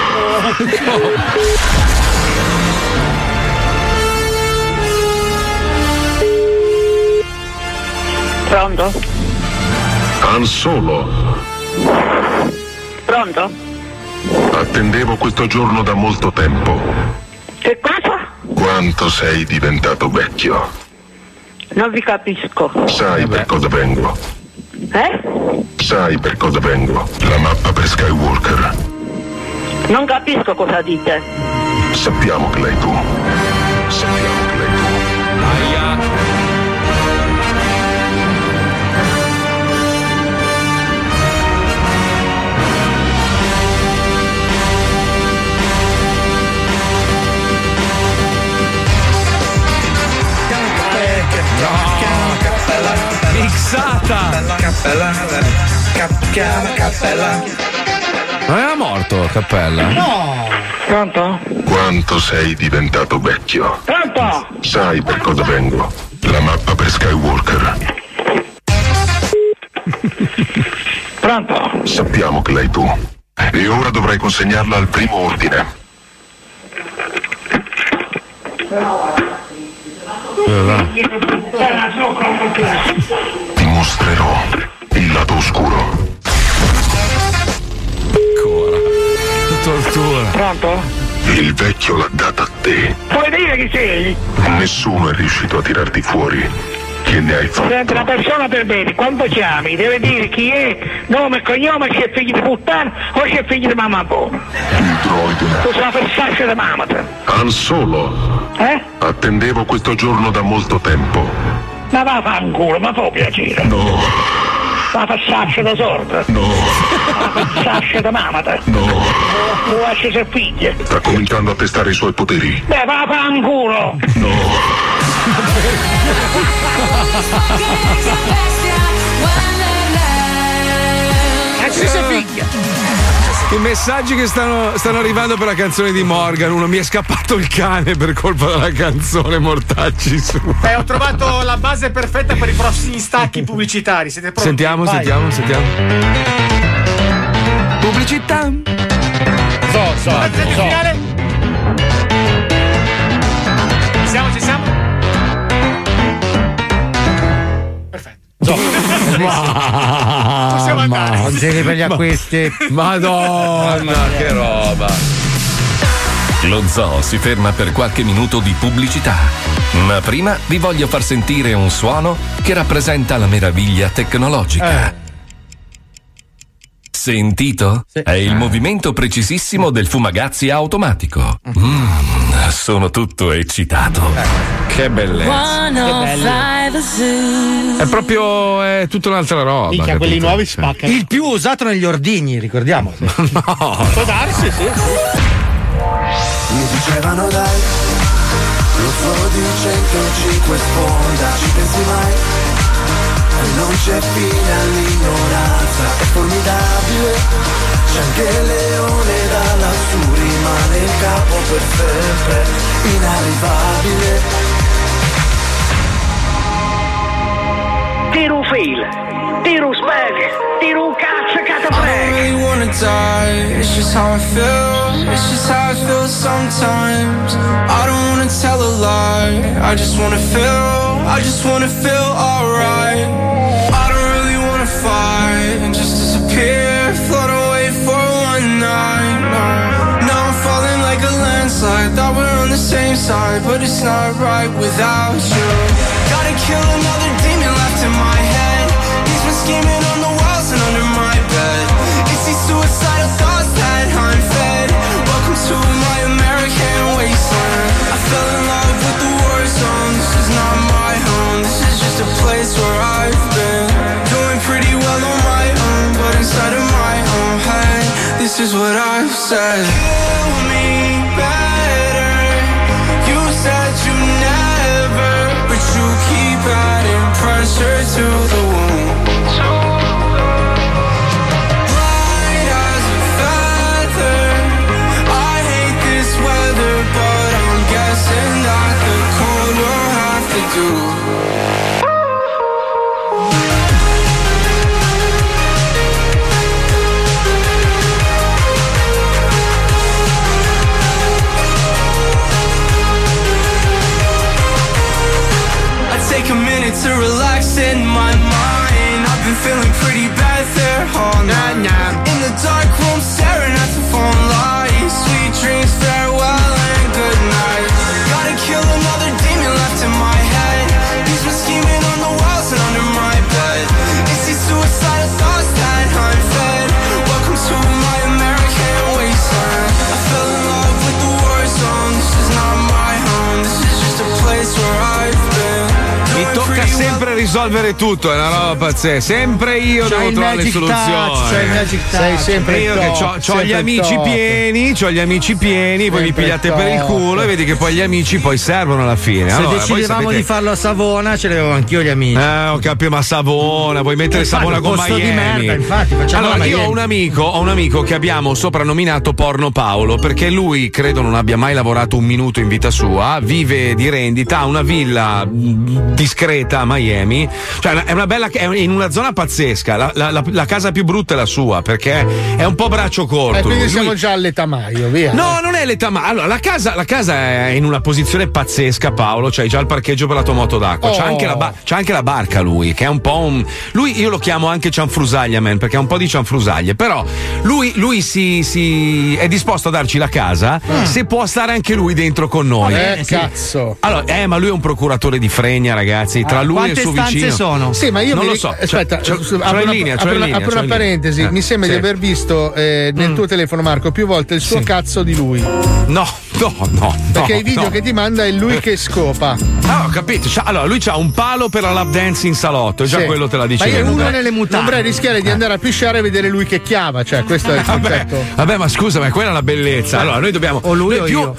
Pronto? Han Solo. Pronto? Attendevo questo giorno da molto tempo. Che cosa? Quanto sei diventato vecchio? Non vi capisco. Sai per cosa vengo? Sai per cosa vengo? La mappa per Skywalker. Non capisco cosa dite. Sappiamo che l'hai tu. Sappiamo che l'hai tu. Mixata! Cappella. Non era morto Cappella? No! Pronto? Quanto sei diventato vecchio? Pronto? Sai per cosa vengo? La mappa per Skywalker. Pronto? Sappiamo che l'hai tu. E ora dovrai consegnarla al primo ordine. Ti mostrerò il lato oscuro. Ancora. Tortura. Pronto? Il vecchio l'ha data a te. Puoi dire chi sei? Nessuno è riuscito a tirarti fuori. Che ne hai fatto? Senti, una persona per bene, quando chiami deve dire chi è, nome e cognome, se è figlio di puttana o se è figlio di mamma buona. Il droide. Tu sei una fessaccia di mamma. Han Solo. Attendevo questo giorno da molto tempo. Ma va a fanculo, ma può piacere. No. La fessaccia da sorda. No. La fessaccia da mamma. No. Tu lasci se figlia. Sta cominciando a testare i suoi poteri. Beh, va a fanculo. No. I messaggi che stanno arrivando per la canzone di Morgan. Uno: mi è scappato il cane per colpa della canzone, mortacci su. Ho trovato la base perfetta per i prossimi stacchi pubblicitari. Siete pronti? Sentiamo. Pubblicità. Finale. Ci siamo? Possiamo andare. Consigli per gli acquisti. Madonna, che roba. Lo zoo si ferma per qualche minuto di pubblicità. Ma prima vi voglio far sentire un suono che rappresenta la meraviglia tecnologica. Sentito? Sì. È il movimento precisissimo del fumagazzi automatico. Sono tutto eccitato. Che bellezza. È proprio tutta un'altra roba. Minchia, quelli nuovi spaccano. Il più usato negli ordigni, ricordiamo. No. Può darsi, sì. Mi dicevano dai, lo zoo di 105 sponda, ci pensi mai? Non c'è fine all'ignoranza, è formidabile. C'è anche il leone da lassù, rimane il capo per sempre, inarrivabile. Tiro un fil, tiro un spec, tiro un cazzo che te frega. I don't really wanna die, it's just how I feel. It's just how I feel sometimes. I don't wanna tell a lie, I just wanna feel alright. I don't really wanna fight and just disappear, float away for one night. Now I'm falling like a landslide, thought we're on the same side, but it's not right without you. Gotta kill another demon left in my head. He's been been scheming on the walls and under my bed. It's these suicidal thoughts that I'm fed. Welcome to my American wasteland. I fell in love with the war zone. This is not my home. This is just a place where I've been. Doing pretty well on my own, but inside of my own head, this is what I've said. Kill me better. You said you never, but you keep adding pressure to the wound. Light as a feather. I hate this weather, but I'm guessing that the cold will have to do. Take a minute to relax in my mind. I've been feeling pretty bad there all night. In the dark room staring at the phone lights. Sweet dreams, farewell and good night. Gotta kill another demon left in my head. He's been scheming on the walls and under my bed. It's these suicidal thoughts that I'm fed. Welcome to my American wasteland. I fell in love with the war zone. This is not my home. This is just a place where I've been. Mi tocca sempre risolvere tutto, è una roba pazzesca. Sempre io devo trovare le soluzioni. Sei sempre io che ho gli amici pieni, poi mi pigliate per il culo e vedi che poi gli amici poi servono alla fine. Se allora, decidevamo di farlo a Savona, ce l'avevo anch'io gli amici. Ho capito, ma Savona, vuoi mettere Savona con Miami? Di merda, infatti, facciamo allora, io Miami. ho un amico che abbiamo soprannominato Porno Paolo, perché lui credo non abbia mai lavorato un minuto in vita sua, vive di rendita, ha una villa discreta a Miami, cioè è una bella, è in una zona pazzesca. La casa più brutta è la sua, perché è un po' braccio corto. Quindi lui. siamo già all'etamaio, via. No, non è l'etamaio. Allora, la casa è in una posizione pazzesca, Paolo. C'hai già il parcheggio per la tua moto d'acqua. C'ha anche la barca lui, che è un po' un. Lui io lo chiamo anche cianfrusaglia, man, perché è un po' di cianfrusaglie. Però lui si è disposto a darci la casa se può stare anche lui dentro con noi. Cazzo. Allora, ma lui è un procuratore di Fregna, ragazzi. Tra lui e il suo vicino. Quante stanze sono? Sì, ma io non lo so. Aspetta, apro una parentesi. Sì. Mi sembra di aver visto nel tuo telefono, Marco, più volte il suo cazzo di lui. No. Perché i video che ti manda è lui che scopa. Ah, ho capito. Allora, lui c'ha un palo per la lap dance in salotto. Già quello te la dice. Ma io uno nelle mutande. Non vorrei rischiare di andare a pisciare e vedere lui che chiava. Cioè, questo è il concetto. Vabbè, ma scusa, ma quella è la bellezza. Allora, noi dobbiamo. O lui o io.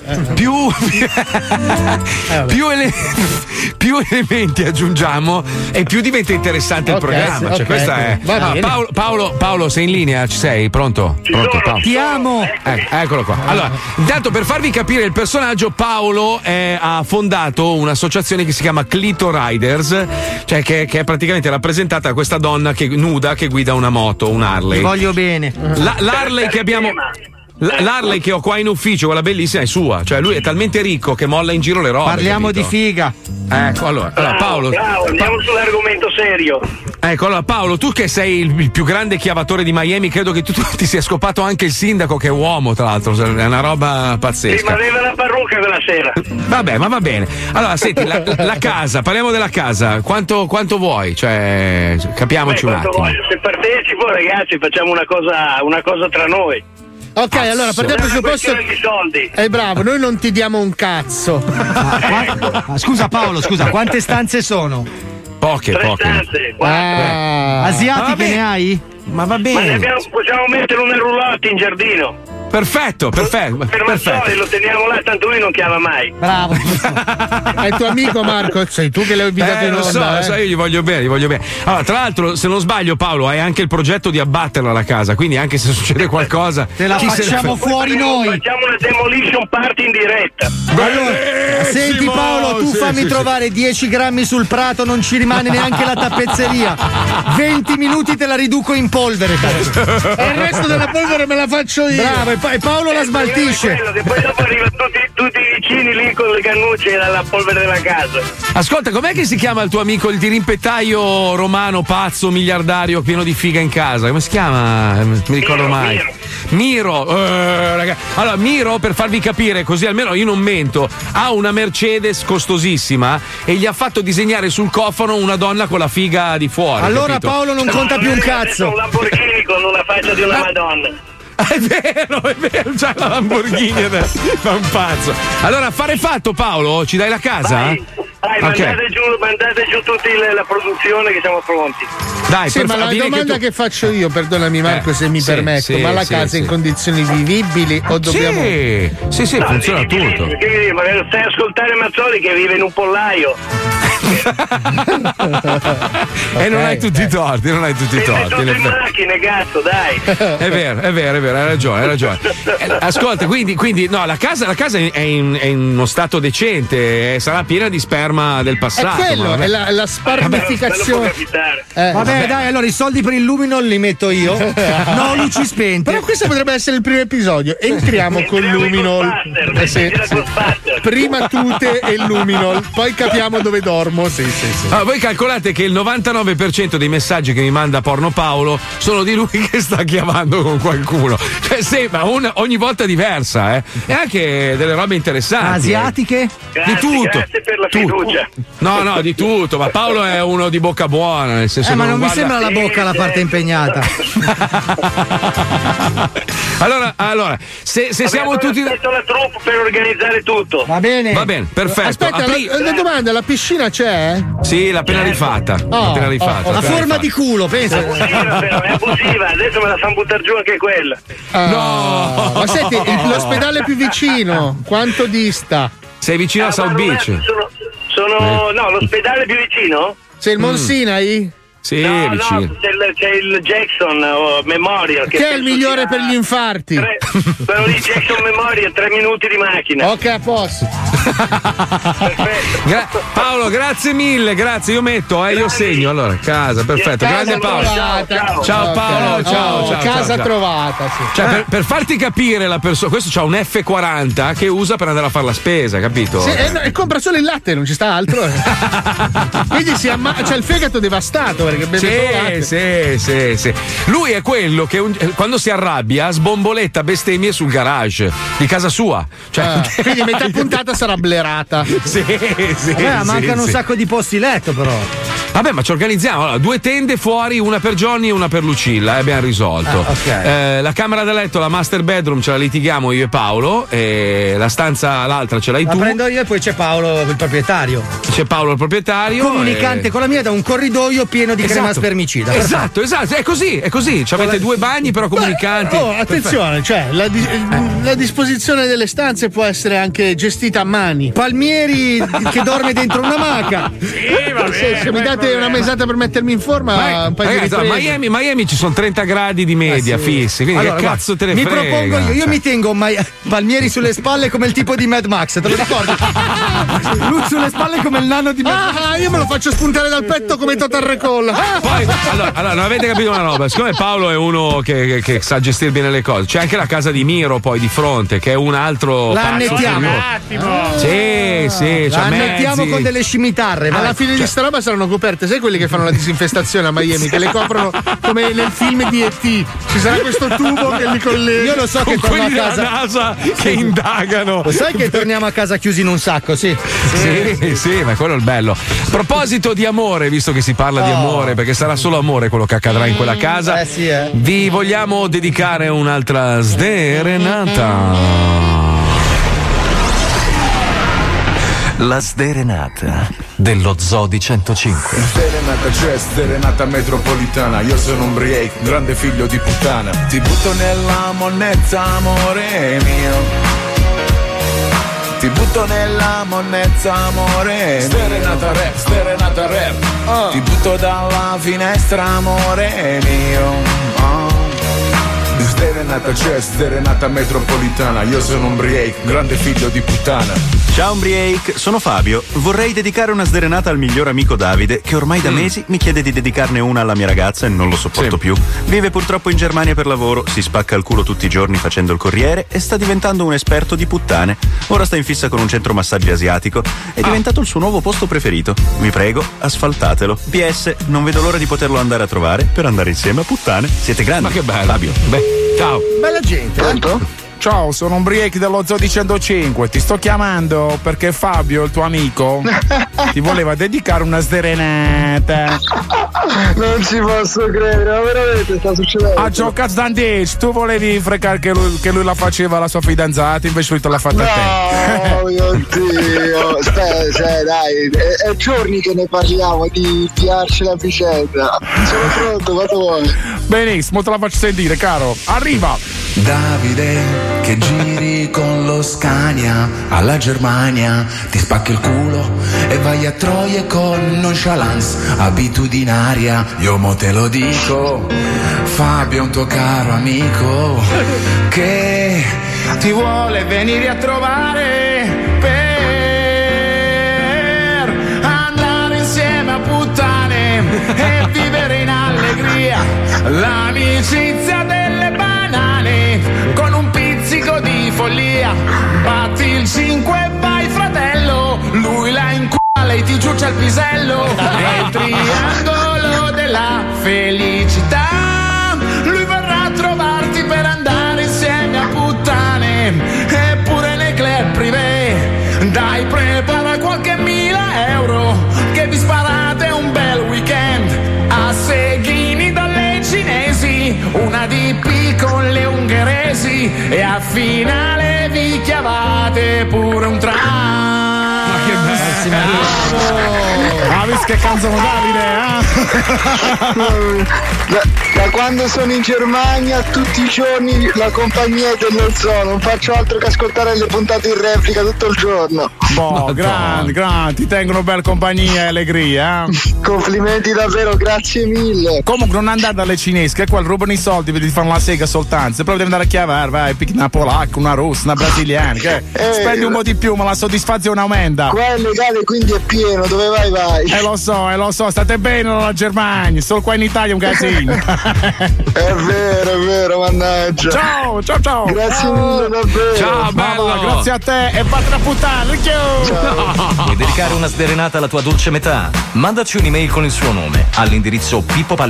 Più elementi aggiungiamo e più diventa interessante il programma. Cioè, questa è. Paolo, sei in linea? Ci sei? Pronto? Pronto, Paolo. Ti amo! Eccolo qua. Allora, intanto per farvi capire il personaggio, Paolo ha fondato un'associazione che si chiama Clito Riders, cioè che è praticamente rappresentata da questa donna nuda che guida una moto, un Harley. Ti voglio bene. L'Harley che abbiamo. L'Harley che ho qua in ufficio, quella bellissima, è sua. Cioè, lui è talmente ricco che molla in giro le robe. Parliamo capito? Di figa. Ecco, allora Paolo. Bravo, andiamo sull'argomento serio. Ecco, allora Paolo, tu che sei il più grande chiavatore di Miami, credo che tu ti sia scopato anche il sindaco, che è uomo, tra l'altro. È una roba pazzesca. Sì, ma aveva la parrucca quella sera. Vabbè, ma va bene. Allora, senti, la casa, parliamo della casa. Quanto vuoi? Cioè, capiamoci un attimo. Se partecipo, ragazzi, facciamo una cosa tra noi. Ok, allora partiamo dal presupposto. Bravo, noi non ti diamo un cazzo. Scusa Paolo, quante stanze sono? Poche. Stanze, asiatiche ne hai? Ma va bene. Ma possiamo mettere una roulotte in giardino. Perfetto. Per Mazzoli lo teniamo là, tanto lui non chiama mai. Bravo. È il tuo amico Marco, sei tu che l'hai invitato in onda. Lo so, io gli voglio bene. Allora, tra l'altro, se non sbaglio, Paolo, hai anche il progetto di abbatterla la casa, quindi anche se succede qualcosa te la facciamo fuori noi. Facciamo una demolition party in diretta. Allora, senti Paolo, tu fammi trovare 10 grammi sul prato, non ci rimane neanche la tappezzeria. 20 minuti te la riduco in polvere. E il resto della polvere me la faccio io. Bravo, e Paolo la smaltisce. Che poi dopo arrivano tutti i vicini lì con le cannucce e la polvere della casa. Ascolta, com'è che si chiama il tuo amico, il dirimpettaio romano pazzo, miliardario, pieno di figa in casa? Come si chiama? Non mi ricordo mai. Miro. Ragazzi. Allora, Miro, per farvi capire, così almeno io non mento, ha una Mercedes costosissima e gli ha fatto disegnare sul cofano una donna con la figa di fuori. Allora capito? Paolo non conta più un cazzo. Un Lamborghini con una faccia di una Madonna. È vero, c'ha la Lamborghini adesso. Fa un pazzo. Allora, affare fatto, Paolo? Ci dai la casa? Dai, mandate giù tutti la produzione che siamo pronti. Dai, sì, ma la domanda che faccio io, perdonami Marco se mi permetto, ma la casa è in condizioni vivibili o dobbiamo... Sì, funziona tutto. Magari stai a ascoltare Mazzoli che vive in un pollaio. E non hai tutti i torti, Tutto in macchine, cazzo, dai. È vero, hai ragione. Ascolta, quindi no, la casa è in uno stato decente, sarà piena di sperma del passato. È quello, è la sparmificazione. Vabbè, dai, allora i soldi per il Luminol li metto io. No, luci spente. Però questo potrebbe essere il primo episodio. Entriamo con Luminol. Prima Tute e Luminol, poi capiamo dove dormo. Sì. Ah, voi calcolate che il 99% dei messaggi che mi manda Porno Paolo sono di lui che sta chiamando con qualcuno. Cioè, sembra ogni volta diversa, e anche delle robe interessanti. Asiatiche? Grazie, di tutto. Grazie per la fiducia. No, di tutto, ma Paolo è uno di bocca buona, nel senso ma non guarda... mi sembra la bocca la parte impegnata. Allora, se siamo tutti. Aspetto la troupe per organizzare tutto. Va bene, perfetto. Aspetta, una domanda, la piscina c'è? Sì, l'ha appena rifatta. La forma di culo, pensa. È abusiva, adesso me la fanno buttare giù anche quella. No! Ma senti, l'ospedale più vicino, quanto dista? Sei vicino a South Beach? No, l'ospedale più vicino? Sei il Monsinai? Sì, vicino. No, c'è il Jackson Memorial. Che è il migliore per gli infarti. Quello di Jackson Memorial, 3 minuti di macchina. Ok, a posto. Perfetto. Paolo, grazie mille, grazie. Io metto, io segno. Allora, casa, perfetto. Grande Paolo. Ciao Paolo, ciao. Casa trovata. Sì. Cioè, per farti capire la persona, questo c'ha un F40 che usa per andare a fare la spesa, capito? Sì, e compra solo il latte, non ci sta altro. Quindi c'è il fegato devastato perché beve solo latte. Sì. Lui è quello che quando si arrabbia sbomboletta bestemmie sul garage di casa sua. Cioè, quindi metà puntata sarà blerata. Sì. Vabbè, mancano un sacco di posti letto, però. Vabbè, ma ci organizziamo. Allora, 2 tende fuori, una per Johnny e una per Lucilla, e abbiamo risolto. Okay. La camera da letto, la master bedroom, ce la litighiamo io e Paolo, e la stanza, l'altra ce l'hai tu. La prendo io e poi c'è Paolo, il proprietario. C'è Paolo, il proprietario. Comunicante con la mia da un corridoio pieno di crema spermicida. Esatto, è così. Ci avete 2 bagni, però comunicanti. Attenzione, cioè la disposizione delle stanze può essere anche gestita a mani. Palmieri che dorme dentro una maca. Sì, vabbè, se mi date una mesata per mettermi in forma, un paio di riprese. Miami ci sono 30 gradi di media fissi, quindi allora, che cazzo te ne frega? Mi propongo io mi tengo Palmieri sulle spalle come il tipo di Mad Max, te lo ricordi? Lui sulle spalle come il nano di Mad Max. Io me lo faccio spuntare dal petto come Total Recall. Poi, allora, non avete capito una roba, siccome Paolo è uno che sa gestire bene le cose, c'è anche la casa di Miro poi di fronte, che è un altro. La annettiamo. Sì, la annettiamo con delle scimitarre. Alla fine di sta roba saranno coperte, sai quelli che fanno la disinfestazione a Miami, che le coprono come nel film di E.T. Ci sarà questo tubo che li collega. Io lo so che torno a casa. La NASA che indagano. Lo sai che torniamo a casa chiusi in un sacco, sì, ma quello è il bello. A proposito di amore, visto che si parla di amore, perché sarà solo amore quello che accadrà in quella casa, vi vogliamo dedicare un'altra sderenata. La sderenata dello Zodi 105. Sderenata c'è, sderenata metropolitana. Io sono un break, grande figlio di puttana. Ti butto nella monnezza, amore mio. Ti butto nella monnezza, amore. Sderenata rap, sderenata rap. Ti butto dalla finestra, amore mio. Sderenata jazz, sderenata metropolitana. Io sono un break, grande figlio di puttana. Ciao Umbriake, sono Fabio. Vorrei dedicare una sderenata al miglior amico Davide, che ormai da mesi mi chiede di dedicarne una alla mia ragazza e non lo sopporto più. Vive purtroppo in Germania per lavoro, si spacca il culo tutti i giorni facendo il corriere e sta diventando un esperto di puttane. Ora sta in fissa con un centro massaggi asiatico. È diventato il suo nuovo posto preferito. Vi prego, asfaltatelo. PS, non vedo l'ora di poterlo andare a trovare per andare insieme a puttane. Siete grandi. Ma che bello. Fabio. Ciao. Bella gente. Pronto? Ciao, sono un break dello Zoo 105. Ti sto chiamando perché Fabio, il tuo amico, ti voleva dedicare una sderenata. Non ci posso credere, ma veramente sta succedendo. A giocato d'Andez, tu volevi fregare che lui la faceva alla sua fidanzata, invece lui te l'ha fatta a te. Oh mio Dio, dai, è giorni che ne parliamo di piarci la vicenda. Sono pronto, quanto vuoi? Benissimo, te la faccio sentire, caro. Arriva! Davide, che giri con lo Scania alla Germania, ti spacchi il culo e vai a Troie con nonchalance abitudinaria. Io mo te lo dico, Fabio è un tuo caro amico che ti vuole venire a trovare per andare insieme a puttane e vivere in allegria l'amicizia delle banane con un pizzico di follia. Batti il 5 e vai fratello, lui la incula, lei ti ciuccia il pisello. È il triangolo della felicità, lui verrà a trovarti per andare insieme a puttane. Eppure nei club privé, dai, prepara qualche 1000 euro che vi sparate un bel weekend a Seghini dalle cinesi, una DP con le ungheresi e a finale vi chiavate pure un tram. Ma che bello! Ah, visto che canzone Davide, Da quando sono in Germania tutti i giorni la compagnia è dello zoo, non faccio altro che ascoltare le puntate in replica tutto il giorno. Boh, grandi, ti tengono bella compagnia e allegria. Complimenti davvero, grazie mille. Comunque non andate alle cinesi, che qua rubano i soldi, vedi, fanno la sega soltanto. Se proprio devi andare a chiavare, vai, picchi una polacca, una russa, una brasiliana, che spendi un po' di più, ma la soddisfazione aumenta. Qua è legale, quindi è pieno, dove vai vai. Lo so, state bene nella Germania, solo qua in Italia è un casino. È vero, mannaggia. Ciao. Grazie mille davvero. Ciao, bello. Grazie a te e patra puttana. Vuoi dedicare una sderenata alla tua dolce metà? Mandaci un'email con il suo nome all'indirizzo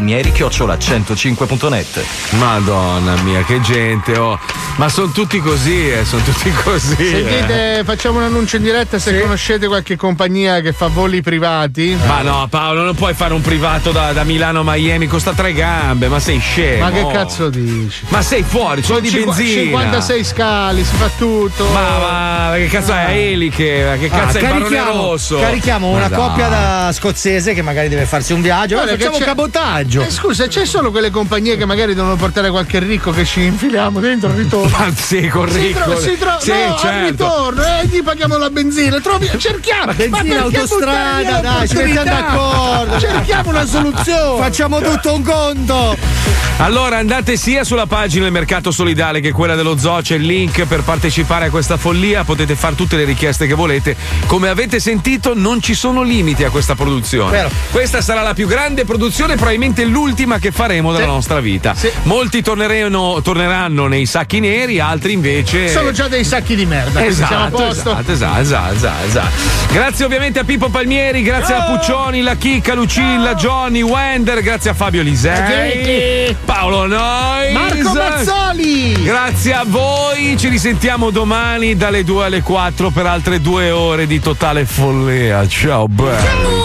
pippopalmieri@105.net. Madonna mia, che gente, oh. Ma sono tutti così, Sentite, facciamo un annuncio in diretta se conoscete qualche compagnia che fa voli privati. Ma no, Paolo, non puoi fare un privato da Milano a Miami, costa 3 gambe, ma sei scemo. Ma che cazzo dici? Ma sei fuori, solo di benzina. 56 scali, si fa tutto. Ma che cazzo è eliche? Ma che cazzo è il Barone Rosso? Carichiamo una coppia da scozzese che magari deve farsi un viaggio. Facciamo un cabotaggio. Scusa, c'è solo quelle compagnie che magari devono portare qualche ricco che ci infiliamo dentro il ritorno. Ma sì, con ricco. Certo. Al ritorno, gli paghiamo la benzina. Cerchiamo. Benzina, autostrada, dai, ci mettiamo d'accordo. Cerchiamo una soluzione. Facciamo tutto un conto. Allora andate sia sulla pagina del Mercato Solidale che quella dello Zoo, c'è il link per partecipare a questa follia, potete fare tutte le richieste che volete. Come avete sentito non ci sono limiti a questa produzione. Vero. Questa sarà la più grande produzione, probabilmente l'ultima che faremo della nostra vita. Molti torneranno nei sacchi neri, altri invece sono già dei sacchi di merda. Siamo a posto. Esatto. Grazie ovviamente a Pippo Palmieri, grazie a Puccioni, la Chicca, Lucilla, Johnny, Wender, grazie a Fabio Lisei, Paolo Nois, Marco Mazzoli. Grazie a voi, ci risentiamo domani dalle 2 alle 4 per altre 2 ore di totale follia. Ciao belli,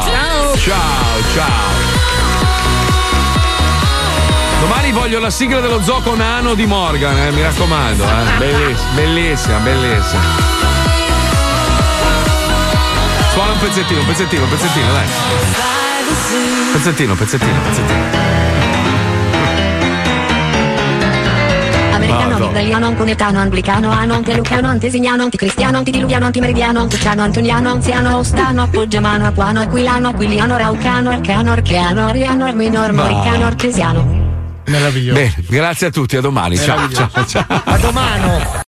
ciao. Domani voglio la sigla dello Zoo con Ano di Morgan, mi raccomando, bellissima. Suona un pezzettino, dai. Pezzettino. Americano, italiano, anconetano, anglicano, ano, antelucano, antesignano, anticristiano, antidiluviano, antimeridiano, antociano, antoniano, anziano, ostano, appoggiamano, aquano, aquilano, aquiliano, raucano, arcano, archeano, ariano, armeno, armoricano, artesiano. Meraviglioso. Bene, grazie a tutti, a domani. Ciao, ciao, ciao. A domani.